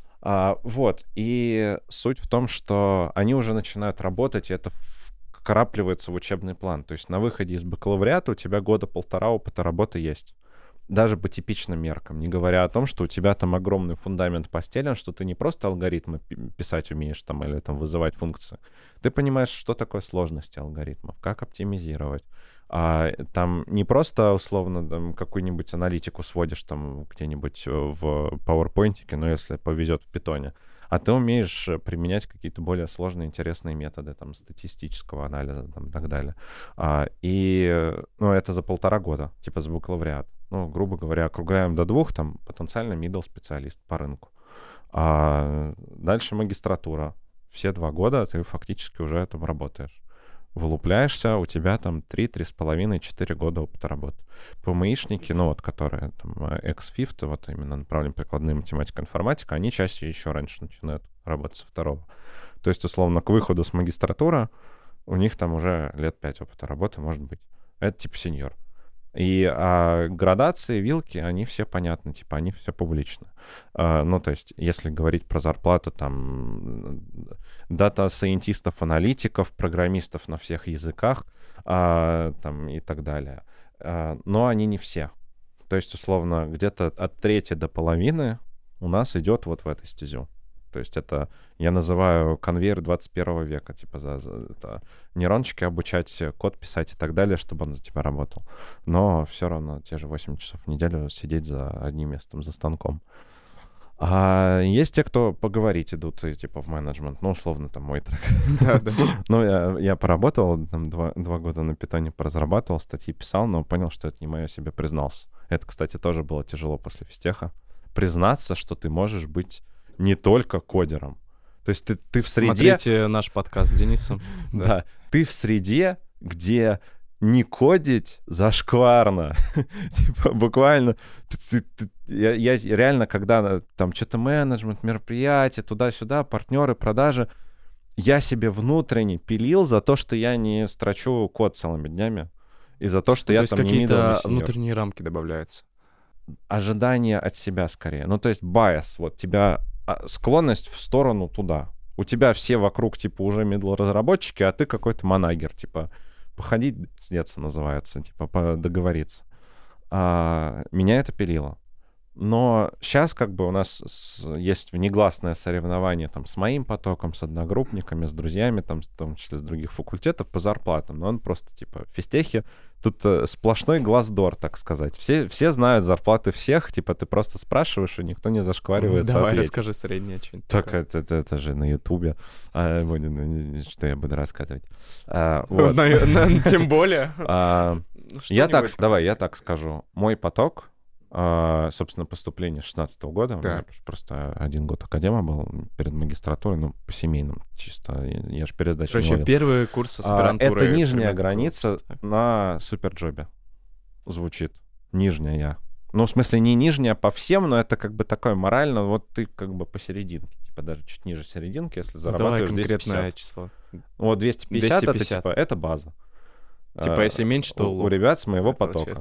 Вот, и суть в том, что они уже начинают работать, и это вкрапливается в учебный план. То есть на выходе из бакалавриата у тебя 1.5 года опыта работы есть. даже по типичным меркам, не говоря о том, что у тебя там огромный фундамент постелен, что ты не просто алгоритмы писать умеешь там или там вызывать функции. Ты понимаешь, что такое сложности алгоритмов, как оптимизировать. А там не просто, условно, там, какую-нибудь аналитику сводишь там где-нибудь в PowerPoint, но если повезет в питоне, а ты умеешь применять какие-то более сложные, интересные методы там, статистического анализа там, и так далее. Это за 1,5 года, типа за бакалавриат. Ну, грубо говоря, округляем до 2, там, потенциально middle специалист по рынку. А дальше магистратура. Все 2 года ты фактически уже там работаешь. Вылупляешься, у тебя там 3, 3,5, 4 года опыта работы. ПМИшники, которые там ex-FIFT, вот именно направление прикладная математика, информатика, они чаще еще раньше начинают работать со 2. То есть, условно, к выходу с магистратуры у них там уже лет 5 опыта работы может быть. Это типа сеньор. И градации, вилки, они все понятны, типа они все публичны. То есть, если говорить про зарплату там дата-сайентистов, аналитиков, программистов на всех языках там, и так далее. Но они не все. То есть, условно, где-то от 1/3 до половины у нас идет вот в эту стезю. То есть это, я называю, конвейер 21 века, типа это нейрончики обучать, код писать и так далее, чтобы он за тебя работал. Но все равно те же 8 часов в неделю сидеть за одним местом, за станком. А есть те, кто поговорить идут, и, типа в менеджмент, условно, там мой трек. Да. Я поработал, там 2 года на питоне поразрабатывал, статьи писал, но понял, что это не мое, себе признался. Это, кстати, тоже было тяжело после физтеха. Признаться, что ты можешь быть не только кодером. То есть ты в среде... Смотрите наш подкаст с Денисом. Да. Ты в среде, где не кодить зашкварно. Типа буквально... Я реально, когда там что-то менеджмент, мероприятия, туда-сюда, партнеры, продажи, я себе внутренне пилил за то, что я не строчу код целыми днями. И за то, что я там не middle, не senior. То есть какие-то внутренние рамки добавляются. Ожидания от себя скорее. То есть bias. Вот тебя... склонность в сторону туда. У тебя все вокруг, типа, уже middle-разработчики, а ты какой-то манагер, типа, походить с детства называется, типа, договориться. Меня это пилило. Но сейчас как бы у нас есть внегласное соревнование там с моим потоком, с одногруппниками, с друзьями, там, в том числе с других факультетов по зарплатам. Но он просто типа физтехи. Тут сплошной глаздор, так сказать. Все знают зарплаты всех, типа ты просто спрашиваешь, и никто не зашкваривается. Давай расскажи среднее что-нибудь. Так это же на Ютубе. Что я буду рассказывать? Тем более. Я так скажу. Мой поток, собственно, поступление 2016 года. У меня просто 1 год академа был перед магистратурой, по семейным чисто. Я же пересдачу не вводил. Первый курс аспирантуры. Это нижняя граница на суперджобе звучит. Нижняя. В смысле, не нижняя по всем, но это как бы такое морально. Вот ты как бы посерединке. Типа даже чуть ниже серединки, если зарабатываешь 250. Давай конкретное число. 250 это типа, это база. Типа, если меньше, то у ребят с моего потока.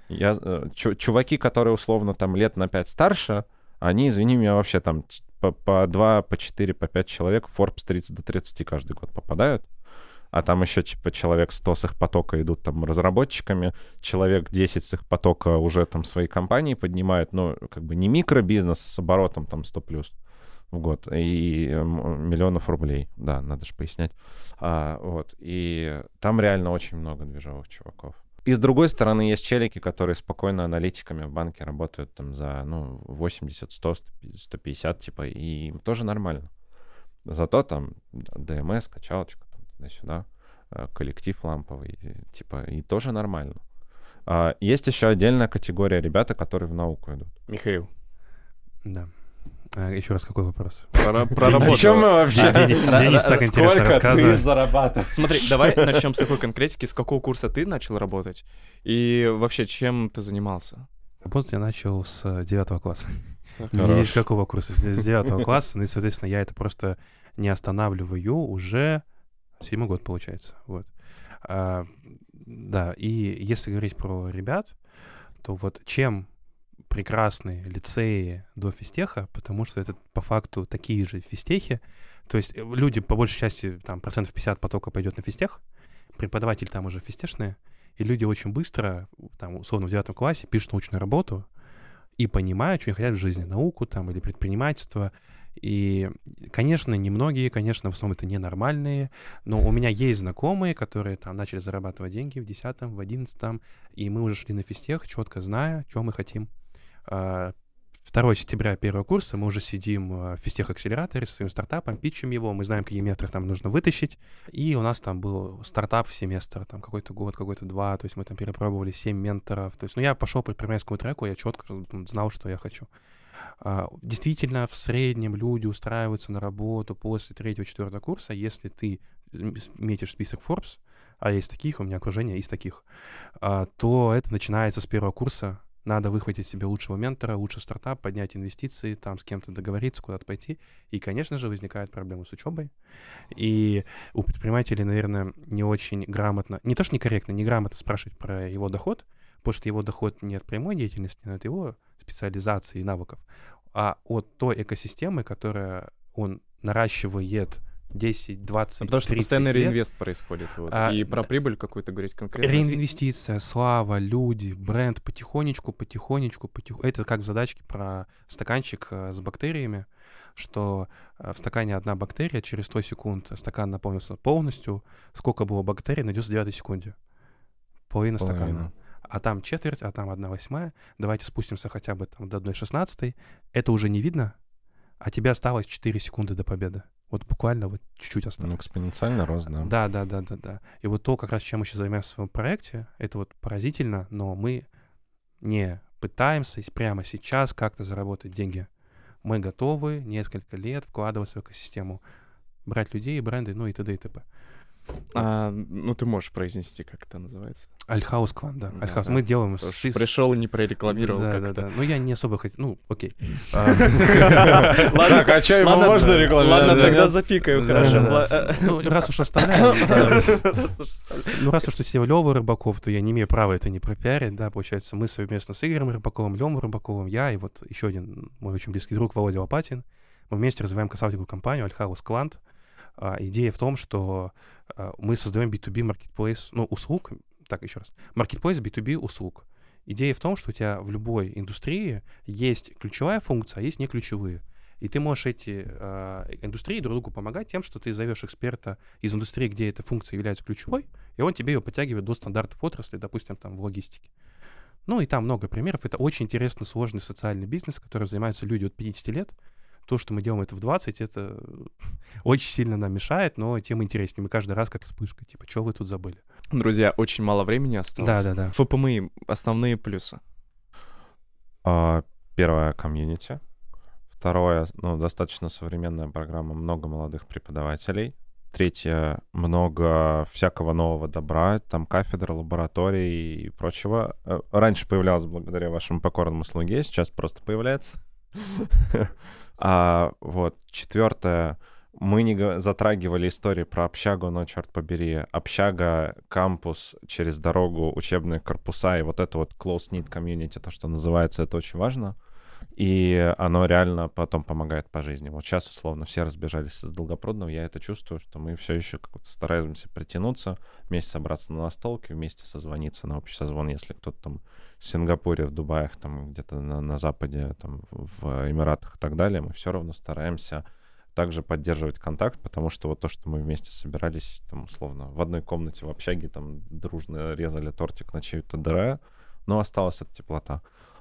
Чуваки, которые условно там лет на 5 старше, они, извини меня, вообще там по 2, по 4, по 5 человек в Forbes 30 до 30 каждый год попадают. А там еще типа человек 100 с их потока идут там разработчиками, человек 10 с их потока уже там свои компании поднимают, как бы не микробизнес с оборотом там 100+ в год и миллионов рублей. Да, надо же пояснять. И там реально очень много движовых чуваков. И с другой стороны, есть челики, которые спокойно аналитиками в банке работают там за 80, 100, 150, типа, и им тоже нормально. Зато там ДМС, качалочка, там, туда-сюда, коллектив ламповый, типа, и тоже нормально. Есть еще отдельная категория ребята, которые в науку идут. Михаил. Да. Еще раз, какой вопрос? Про работу. О чем мы вообще? Денис так интересно рассказывает. Сколько ты зарабатываешь? Смотри, давай начнем с такой конкретики. С какого курса ты начал работать? И вообще, чем ты занимался? Работать я начал с 9 класса. Не с какого курса, с 9 класса. И, соответственно, я это просто не останавливаю уже 7-й год, получается. Вот. Да, и если говорить про ребят, то вот чем прекрасные лицеи до физтеха, потому что это по факту такие же физтехи. То есть люди, по большей части, там, 50% потока пойдет на физтех, преподаватель там уже физтешные, И люди очень быстро, там, условно, в 9 классе пишут научную работу и понимают, что они хотят в жизни, науку там или предпринимательство. И, конечно, немногие, конечно, в основном это ненормальные, но у меня есть знакомые, которые там начали зарабатывать деньги в 10-м, в 11-м, и мы уже шли на физтех, четко зная, что мы хотим. 2 сентября первого курса мы уже сидим в физтех-акселераторе со своим стартапом, питчим его, мы знаем, какие метры там нужно вытащить, и у нас там был стартап в семестр, там какой-то год, какой-то 2, то есть мы там перепробовали 7 менторов, то есть, я пошел по предпринимательскому треку, я четко знал, что я хочу. Действительно, в среднем люди устраиваются на работу после 3-4 курса, если ты метишь список Forbes, а есть таких, у меня окружение из таких, то это начинается с 1 курса. Надо выхватить себе лучшего ментора, лучший стартап, поднять инвестиции, там с кем-то договориться, куда-то пойти. И, конечно же, возникают проблемы с учебой. И у предпринимателей, наверное, не очень грамотно, не то что некорректно, неграмотно спрашивать про его доход, потому что его доход не от прямой деятельности, но от его специализации и навыков, а от той экосистемы, которая он наращивает 10, 20, потому что 30 постоянный лет. реинвест происходит. Вот. И про прибыль какую-то говорить конкретно. Реинвестиция, слава, люди, бренд потихонечку. Это как в задачке про стаканчик с бактериями, что в стакане одна бактерия, через 100 секунд стакан наполнился полностью. Сколько было бактерий на 99 секунде? Половина стакана. А там четверть, а там 1/8. Давайте спустимся хотя бы там до 1/16. Это уже не видно, а тебе осталось 4 секунды до победы. Вот буквально вот чуть-чуть осталось. Экспоненциальный рост, да. Да. И вот то, как раз чем мы сейчас занимаемся в своем проекте, это вот поразительно, но мы не пытаемся прямо сейчас как-то заработать деньги. Мы готовы несколько лет вкладываться в экосистему, брать людей, бренды, и т.д. и т.п. Ты можешь произнести, как это называется? Альхаус Квант, да. Альхаус. Да. Мы делаем... Пришел, не прорекламировал как-то. Да. Я не особо хотел... окей. Так, а что, его можно рекламировать? Ладно, тогда запикаю, хорошо. Раз уж оставляем... Раз уж тут сидел Лёва Рыбаков, то я не имею права это не пропиарить, да, получается. Мы совместно с Игорем Рыбаковым, Лёвой Рыбаковым, я и вот еще один мой очень близкий друг Володя Лопатин. Мы вместе развиваем консалтинговую компанию Альхаус Квант. Идея в том, что мы создаем B2B marketplace, услуг, так, еще раз, marketplace B2B услуг. Идея в том, что у тебя в любой индустрии есть ключевая функция, а есть неключевые. И ты можешь эти индустрии друг другу помогать тем, что ты зовешь эксперта из индустрии, где эта функция является ключевой, и он тебе ее подтягивает до стандартов отрасли, допустим, там в логистике. И там много примеров. Это очень интересный, сложный социальный бизнес, которым занимаются люди от 50 лет. То, что мы делаем это в 20, это очень сильно нам мешает, но тем интереснее. Мы каждый раз как вспышка, что вы тут забыли? Друзья, очень мало времени осталось. Да. ФПМИ, основные плюсы. Первое — комьюнити. Второе, достаточно современная программа, много молодых преподавателей. Третье, много всякого нового добра, там кафедры, лаборатории и прочего. Раньше появлялось благодаря вашему покорному слуге, сейчас просто появляется. Четвертое, мы не затрагивали истории про общагу, но, черт побери, общага, кампус, через дорогу, учебные корпуса и вот это вот close-knit community, то, что называется, это очень важно. И оно реально потом помогает по жизни. Вот сейчас, условно, все разбежались из Долгопрудного, я это чувствую, что мы все еще как-то стараемся притянуться, вместе собраться на настолке, вместе созвониться на общий созвон, если кто-то там в Сингапуре, в Дубаях, там где-то на Западе, там в Эмиратах и так далее, мы все равно стараемся также поддерживать контакт, потому что вот то, что мы вместе собирались, там, условно, в одной комнате в общаге, там, дружно резали тортик на чью-то ДР, но осталась эта теплота.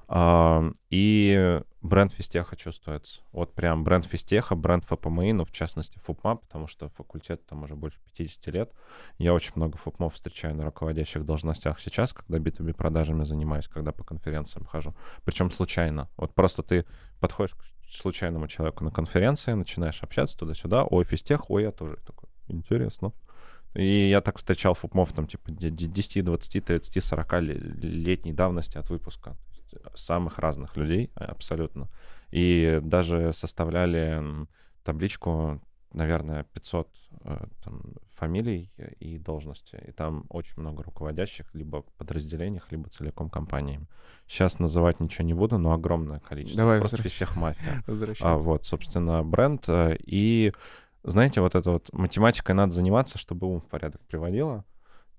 И бренд физтеха чувствуется. Вот прям бренд физтеха, бренд ФПМИ, в частности ФУПМА, потому что факультет там уже больше 50 лет. Я очень много ФУПМов встречаю на руководящих должностях сейчас, когда B2B продажами занимаюсь, когда по конференциям хожу. Причем случайно. Вот просто ты подходишь к случайному человеку на конференции, начинаешь общаться туда-сюда, ой, физтех, ой, я тоже. Такой, интересно. И я так встречал ФУПМов там типа 10, 20, 30, 40 летней давности от выпуска. Самых разных людей абсолютно. И даже составляли табличку, наверное, 500 фамилий и должностей. И там очень много руководящих, либо подразделениях, либо целиком компаниями. Сейчас называть ничего не буду, но огромное количество. Давай, просто всех мафия. Возвращаться. Собственно, бренд. И, знаете, вот эта вот математикой надо заниматься, чтобы ум в порядок приводила.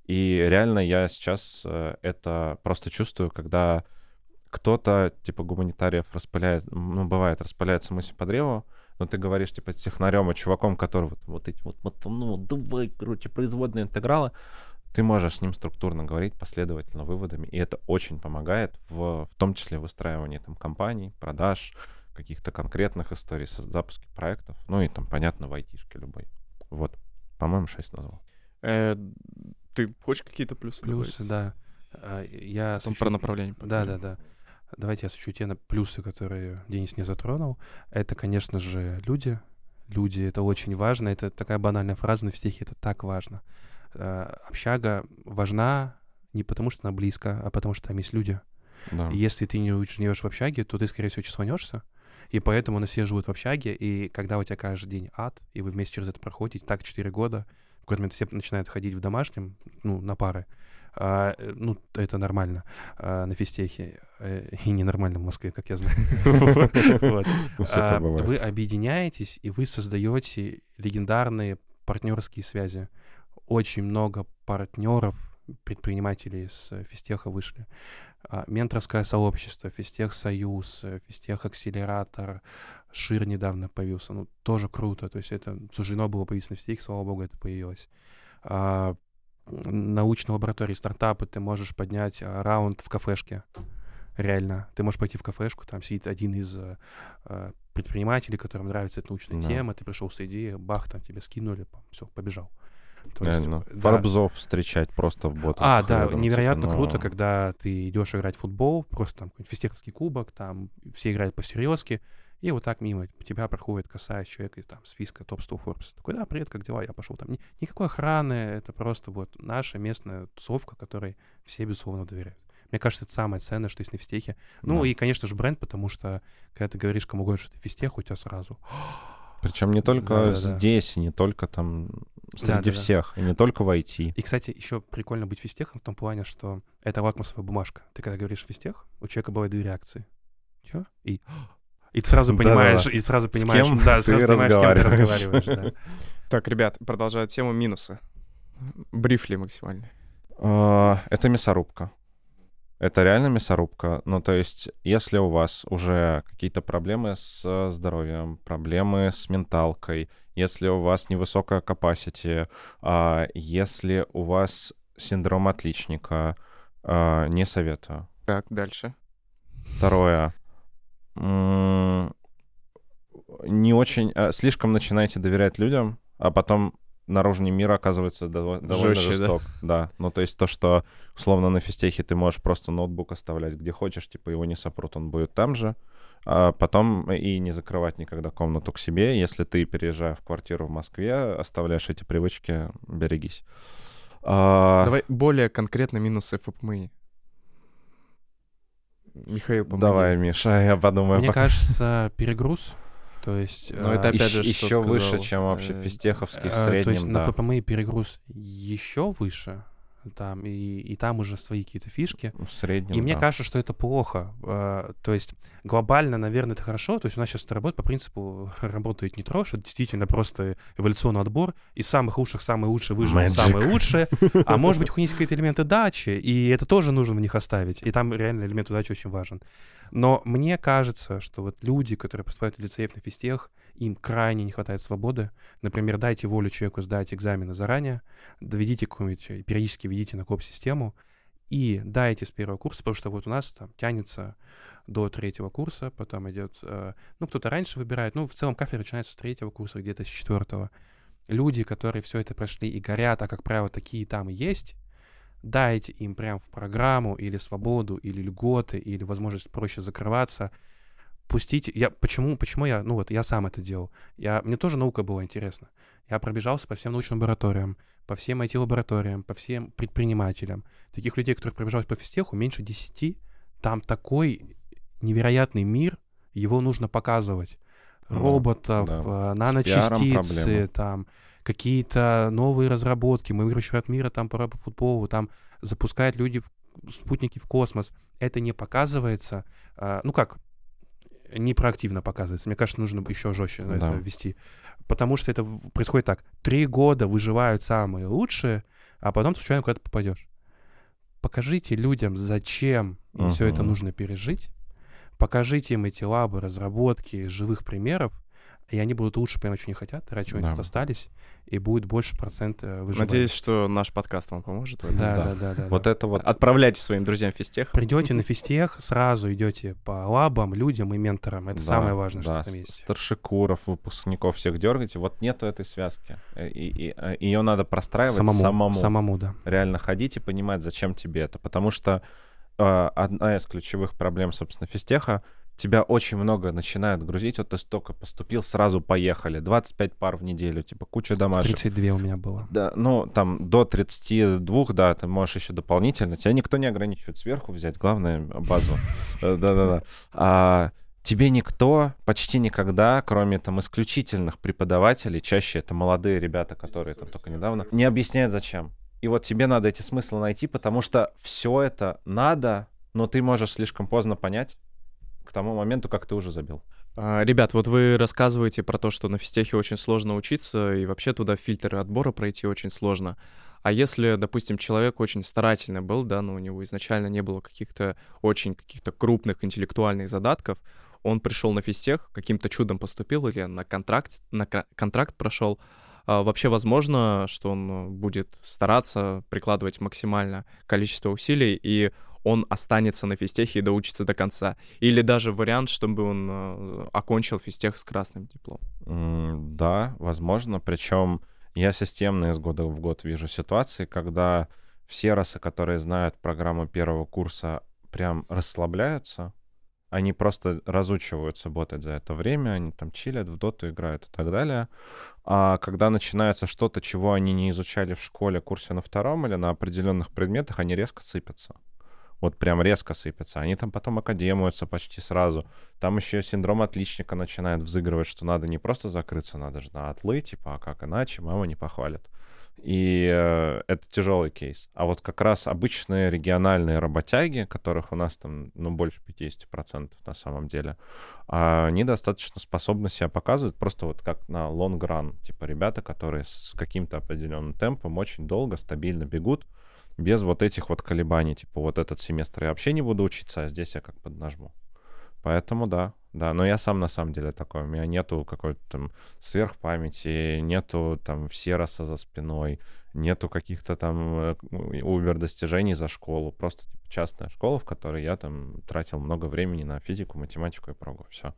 И реально я сейчас это просто чувствую, когда кто-то, типа, гуманитариев распыляет, ну, бывает, распыляется мысль по древу, но ты говоришь, типа, с технарем и чуваком, который вот эти вот, ну, давай, короче, производные интегралы, ты можешь с ним структурно говорить последовательно выводами, и это очень помогает в том числе в выстраивании там компаний, продаж, каких-то конкретных историй, запуске проектов, ну и там, понятно, в айтишке любой. Вот, по-моему, 6 назвал. Ты хочешь какие-то плюсы добавить? Плюсы, да. Я Там про направление. Да. Давайте я освещу те плюсы, которые Денис не затронул. Это, конечно же, люди. Люди — это очень важно. Это такая банальная фраза, но в стихе это так важно. Общага важна не потому, что она близко, а потому, что там есть люди. Да. И если ты не живешь в общаге, то ты, скорее всего, чесванешься. И поэтому все живут в общаге, и когда у тебя каждый день ад, и вы вместе через это проходите, так 4 года, в какой-то момент все начинают ходить в домашнем, ну, на пары, ну, это нормально на физтехе, и ненормально в Москве, как я знаю. Вы объединяетесь, и вы создаете легендарные партнерские связи. Очень много партнеров, предпринимателей с физтеха вышли. Менторское сообщество, Физтех-союз, Физтех-акселератор, Шир недавно появился, ну, тоже круто, то есть это суждено было появиться на физтехе, слава богу, это появилось. Научные лаборатории, стартапы, ты можешь поднять раунд в кафешке, реально. Ты можешь пойти в кафешку, там сидит один из предпринимателей, которым нравится эта научная тема, ты пришел с идеей, бах, там тебе скинули, все, побежал. Форбзов встречать просто в ботах. Да, невероятно круто, когда ты идешь играть в футбол, просто там какой-нибудь физтеховский кубок, там все играют по-серьезки, и вот так мимо тебя проходит, касаясь человека из там списка топ-100 Forbes. Такой, да, привет, как дела? Я пошел там. Никакой охраны, это просто вот наша местная тусовка, которой все, безусловно, доверяют. Мне кажется, это самое ценное, что есть на физтехе. Ну и, конечно же, бренд, потому что, когда ты говоришь кому угодно, что ты физтех, у тебя сразу... Причем не только здесь, и не только там среди всех, и не только в IT. И, кстати, еще прикольно быть физтехом в том плане, что это лакмусовая бумажка. Ты когда говоришь физтех, у человека бывают 2 реакции. Чё? И ты сразу понимаешь, и сразу понимаешь, с кем ты разговариваешь. Да. Так, ребят, продолжаю тему минусы. Брифли максимально. Это мясорубка. Это реально мясорубка. Ну, то есть, если у вас уже какие-то проблемы с здоровьем, проблемы с менталкой, если у вас невысокая capacity, если у вас синдром отличника, не советую. Так, дальше. Второе. Не очень... Слишком начинаете доверять людям, а потом наружный мир оказывается довольно жесток. Да? Ну, то есть то, что, условно, на физтехе ты можешь просто ноутбук оставлять где хочешь, типа его не сопрут, он будет там же, а потом и не закрывать никогда комнату к себе. Если ты, переезжая в квартиру в Москве, оставляешь эти привычки, берегись. Давай более конкретно минусы ФПМИ. Михаил, помоги. Давай, Миша, я подумаю. Мне кажется, перегруз. То есть... Но это опять же, еще выше, чем вообще физтеховский в среднем, то есть на ФПМИ перегруз еще выше, там, и там уже свои какие-то фишки. В среднем, и мне кажется, что это плохо. То есть глобально, наверное, это хорошо. То есть у нас сейчас это работает по принципу работает не трожь, это действительно просто эволюционный отбор. Из самых лучших самые лучшие выживут самые лучшие. А может быть, у них есть какие-то элементы дачи, и это тоже нужно в них оставить. И там реально элемент удачи очень важен. Но мне кажется, что вот люди, которые поступают из лицеев на физтех, им крайне не хватает свободы. Например, дайте волю человеку сдать экзамены заранее, доведите какую-нибудь, периодически введите на коп-систему и дайте с 1-го курса, потому что вот у нас там тянется до 3-го курса, потом идет, ну, кто-то раньше выбирает, ну, в целом кафедра начинается с 3-го курса, где-то с 4-го. Люди, которые все это прошли и горят, а, как правило, такие там и есть, дайте им прям в программу или свободу, или льготы, или возможность проще закрываться. Пустите... Почему я... Ну вот, я сам это делал. Мне тоже наука была интересна. Я пробежался по всем научным лабораториям, по всем IT-лабораториям, по всем предпринимателям. Таких людей, которые пробежались по физтеху, меньше 10. Там такой невероятный мир, его нужно показывать. Роботов, наночастицы, там... какие-то новые разработки, мы выиграли чемпионат мира там по рэп-футболу, там запускают люди спутники в космос. Это не показывается, не проактивно показывается. Мне кажется, нужно еще жестче это ввести. Потому что это происходит так. 3 года выживают самые лучшие, а потом ты случайно куда-то попадешь. Покажите людям, зачем им все это нужно пережить, покажите им эти лабы, разработки, живых примеров, и они будут лучше понимать, что они хотят, ради чего они тут остались, и будет больше процент выживания. Надеюсь, что наш подкаст вам поможет. Да. Вот это вот. Отправляйте своим друзьям физтех. Придете на физтех, сразу идете по лабам, людям и менторам. Это самое важное, что там есть. Старшекуров, выпускников всех дергаете. Вот нету этой связки. И ее надо простраивать самому. Самому, да. Реально ходить и понимать, зачем тебе это. Потому что одна из ключевых проблем, собственно, физтеха, тебя очень много начинают грузить, вот ты столько поступил, сразу поехали, 25 пар в неделю, типа куча домашек. 32 у меня было. Да, ну, там до 32, да, ты можешь еще дополнительно, тебя никто не ограничивает сверху взять, главное, базу. Да-да-да. Тебе никто почти никогда, кроме там исключительных преподавателей, чаще это молодые ребята, которые там только недавно, не объясняет, зачем. И вот тебе надо эти смыслы найти, потому что все это надо, но ты можешь слишком поздно понять, к тому моменту, как ты уже забил. Ребят, вот вы рассказываете про то, что на физтехе очень сложно учиться, и вообще туда фильтры отбора пройти очень сложно. А если, допустим, человек очень старательный был, да, но у него изначально не было каких-то крупных интеллектуальных задатков, он пришел на физтех, каким-то чудом поступил или на контракт прошел, вообще возможно, что он будет стараться прикладывать максимальное количество усилий, и он останется на физтехе и доучится до конца. Или даже вариант, чтобы он окончил физтех с красным дипломом. Да, возможно. Причем я системно из года в год вижу ситуации, когда все расы, которые знают программу первого курса, прям расслабляются. Они просто разучиваются ботать за это время, они там чилят, в доту играют и так далее. А когда начинается что-то, чего они не изучали в школе, курсе на втором или на определенных предметах, они резко сыпятся. Вот прям резко сыпятся. Они там потом академуются почти сразу. Там еще синдром отличника начинает взыгрывать, что надо не просто закрыться, надо же на отлы, типа, а как иначе, мама не похвалит. И это тяжелый кейс. А вот как раз обычные региональные работяги, которых у нас там, больше 50% на самом деле, они достаточно способны себя показывать просто вот как на long run. Типа ребята, которые с каким-то определенным темпом очень долго, стабильно бегут, без вот этих вот колебаний, типа вот этот семестр я вообще не буду учиться, а здесь я как поднажму. Поэтому да, но я сам на самом деле такой, у меня нету какой-то там сверхпамяти, нету там всероса за спиной, нету каких-то там убер-достижений за школу, просто типа частная школа, в которой я там тратил много времени на физику, математику и прогу, все.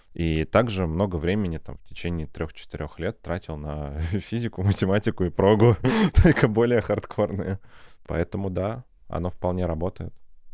И также много времени там в течение 3-4 лет тратил на физику, математику и прогу, только более хардкорные. Поэтому да, оно вполне работает.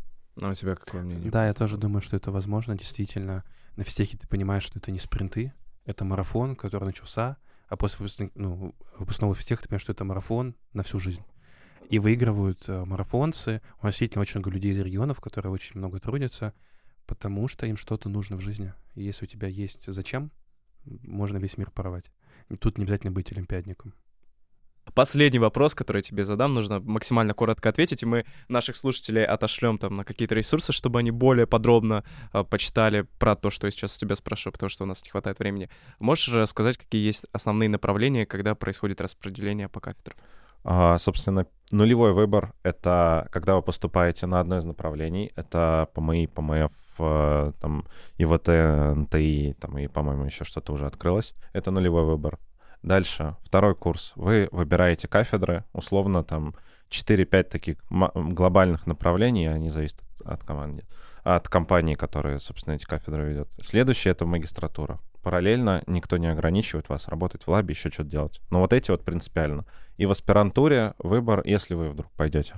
А у тебя какое мнение? Да, я тоже думаю, что это возможно, действительно. На физтехе ты понимаешь, что это не спринты, это марафон, который начался, а после выпускного физтеха ты понимаешь, что это марафон на всю жизнь. И выигрывают марафонцы. У нас действительно очень много людей из регионов, которые очень много трудятся, потому что им что-то нужно в жизни. И если у тебя есть зачем, можно весь мир порвать. И тут не обязательно быть олимпиадником. Последний вопрос, который я тебе задам, нужно максимально коротко ответить, и мы наших слушателей отошлем там на какие-то ресурсы, чтобы они более подробно почитали про то, что я сейчас у тебя спрошу, потому что у нас не хватает времени. Можешь рассказать, какие есть основные направления, когда происходит распределение по кафедрам? Собственно, нулевой выбор — это когда вы поступаете на одно из направлений. Это ПМИ, ПМФ, там, ИВТ, НТИ, там, и, по-моему, еще что-то уже открылось. Это нулевой выбор. Дальше, второй курс. Вы выбираете кафедры, условно, там, 4-5 таких глобальных направлений, они зависят от компании, которая, собственно, эти кафедры ведет. Следующее — это магистратура. Параллельно никто не ограничивает вас работать в лабе, еще что-то делать. Но вот эти вот принципиально. И в аспирантуре выбор, если вы вдруг пойдете,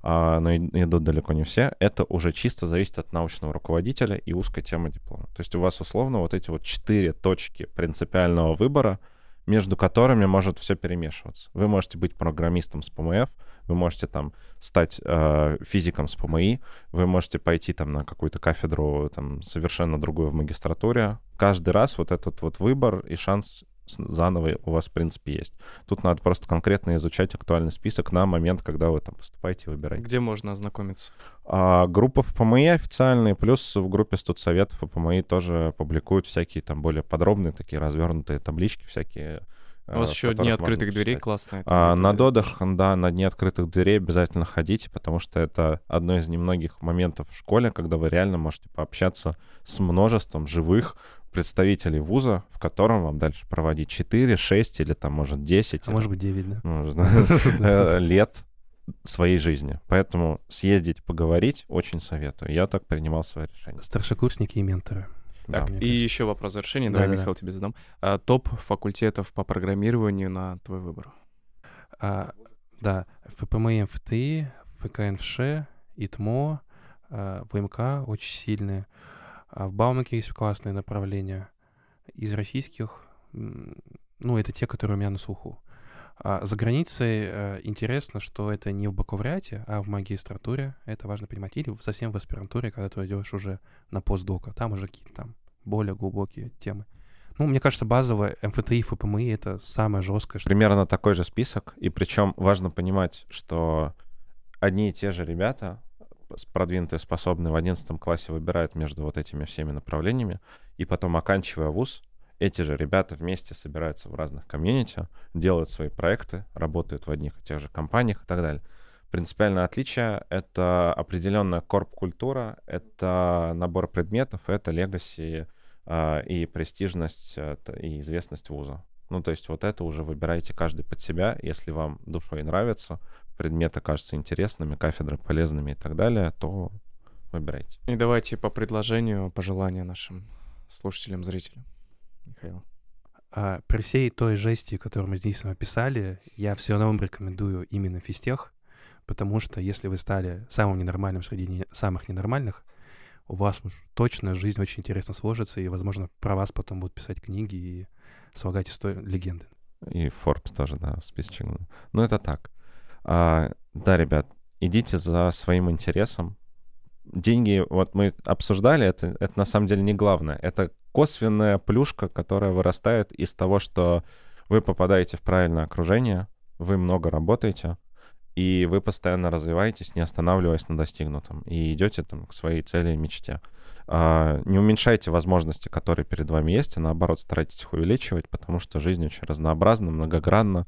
но идут далеко не все, это уже чисто зависит от научного руководителя и узкой темы диплома. То есть у вас, условно, вот эти вот 4 точки принципиального выбора, между которыми может все перемешиваться. Вы можете быть программистом с ПМФ, вы можете там стать физиком с ПМИ, вы можете пойти там на какую-то кафедру там совершенно другую в магистратуре. Каждый раз вот этот вот выбор и шанс заново у вас в принципе есть. Тут надо просто конкретно изучать актуальный список на момент, когда вы там поступаете и выбираете. Где можно ознакомиться? Группа в ПМИ официальные, плюс в группе студсоветов по ПМИ тоже публикуют всякие там более подробные такие развернутые таблички, всякие У вас еще дни открытых дверей классные. На додах, да, на дни открытых дверей обязательно ходите, потому что это одно из немногих моментов в школе, когда вы реально можете пообщаться с множеством живых представителей вуза, в котором вам дальше проводить 4, 6 или там, может, 10. А может быть, 9, да? Лет своей жизни. Поэтому съездить, поговорить очень советую. Я так принимал свое решение. Старшекурсники и менторы. Так, и еще вопрос завершения. Давай, Михаил, тебе задам. Топ факультетов по программированию на твой выбор. Да, ФПМ, ФТИ, ФКНФШ, ИТМО, ВМК очень сильные. В Бауманке есть классные направления. Из российских, это те, которые у меня на слуху. За границей интересно, что это не в бакалавриате, а в магистратуре. Это важно понимать. Или совсем в аспирантуре, когда ты идешь уже на постдока. Там уже какие-то там более глубокие темы. Мне кажется, базово МФТИ, ФПМИ — это самое жесткое. Примерно такой же список. И причем важно понимать, что одни и те же ребята, продвинутые, способные, в 11 классе выбирают между вот этими всеми направлениями. И потом, оканчивая вуз, эти же ребята вместе собираются в разных комьюнити, делают свои проекты, работают в одних и тех же компаниях и так далее. Принципиальное отличие — это определенная корп-культура, это набор предметов, это легаси и престижность, и известность вуза. То есть вот это уже выбираете каждый под себя. Если вам душой нравится, предметы кажутся интересными, кафедры полезными и так далее, то выбирайте. И давайте по предложению, пожелания нашим слушателям, зрителям. Михаил. При всей той жести, которую мы здесь описали, я все равно вам рекомендую именно физтех, потому что если вы стали самым ненормальным среди самых ненормальных, у вас уж точно жизнь очень интересно сложится, и, возможно, про вас потом будут писать книги и слагать легенды. И Forbes тоже, да, в списочек. Это так. Да, ребят, идите за своим интересом. Деньги, вот мы обсуждали, это на самом деле не главное. Это косвенная плюшка, которая вырастает из того, что вы попадаете в правильное окружение, вы много работаете, и вы постоянно развиваетесь, не останавливаясь на достигнутом, и идете там к своей цели и мечте. Не уменьшайте возможности, которые перед вами есть, а наоборот старайтесь их увеличивать, потому что жизнь очень разнообразна, многогранна.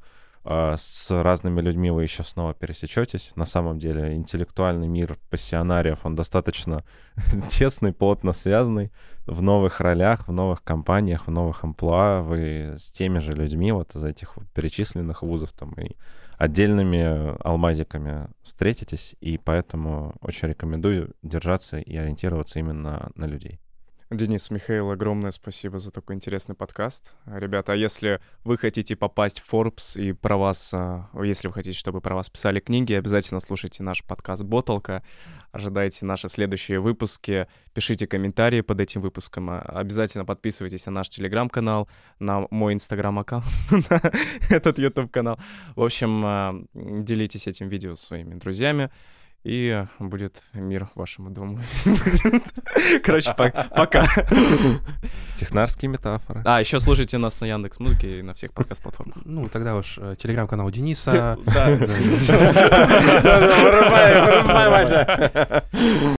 С разными людьми вы еще снова пересечетесь. На самом деле интеллектуальный мир пассионариев, он достаточно тесный, плотно связанный. В новых ролях, в новых компаниях, в новых амплуа вы с теми же людьми вот из этих перечисленных вузов там и отдельными алмазиками встретитесь, и поэтому очень рекомендую держаться и ориентироваться именно на людей. Денис, Михаил, огромное спасибо за такой интересный подкаст. Ребята, а если вы хотите попасть в Forbes и про вас, если вы хотите, чтобы про вас писали книги, обязательно слушайте наш подкаст «Боталка», ожидайте наши следующие выпуски, пишите комментарии под этим выпуском, обязательно подписывайтесь на наш телеграм-канал, на мой инстаграм-аккаунт, на этот YouTube-канал. В общем, делитесь этим видео со своими друзьями. И будет мир вашему дому. Короче, пока. Технарские метафоры. Еще слушайте нас на Яндекс.Музыке и на всех подкаст-платформах. Тогда уж телеграм-канал Дениса. Да. Вырубай, Вася.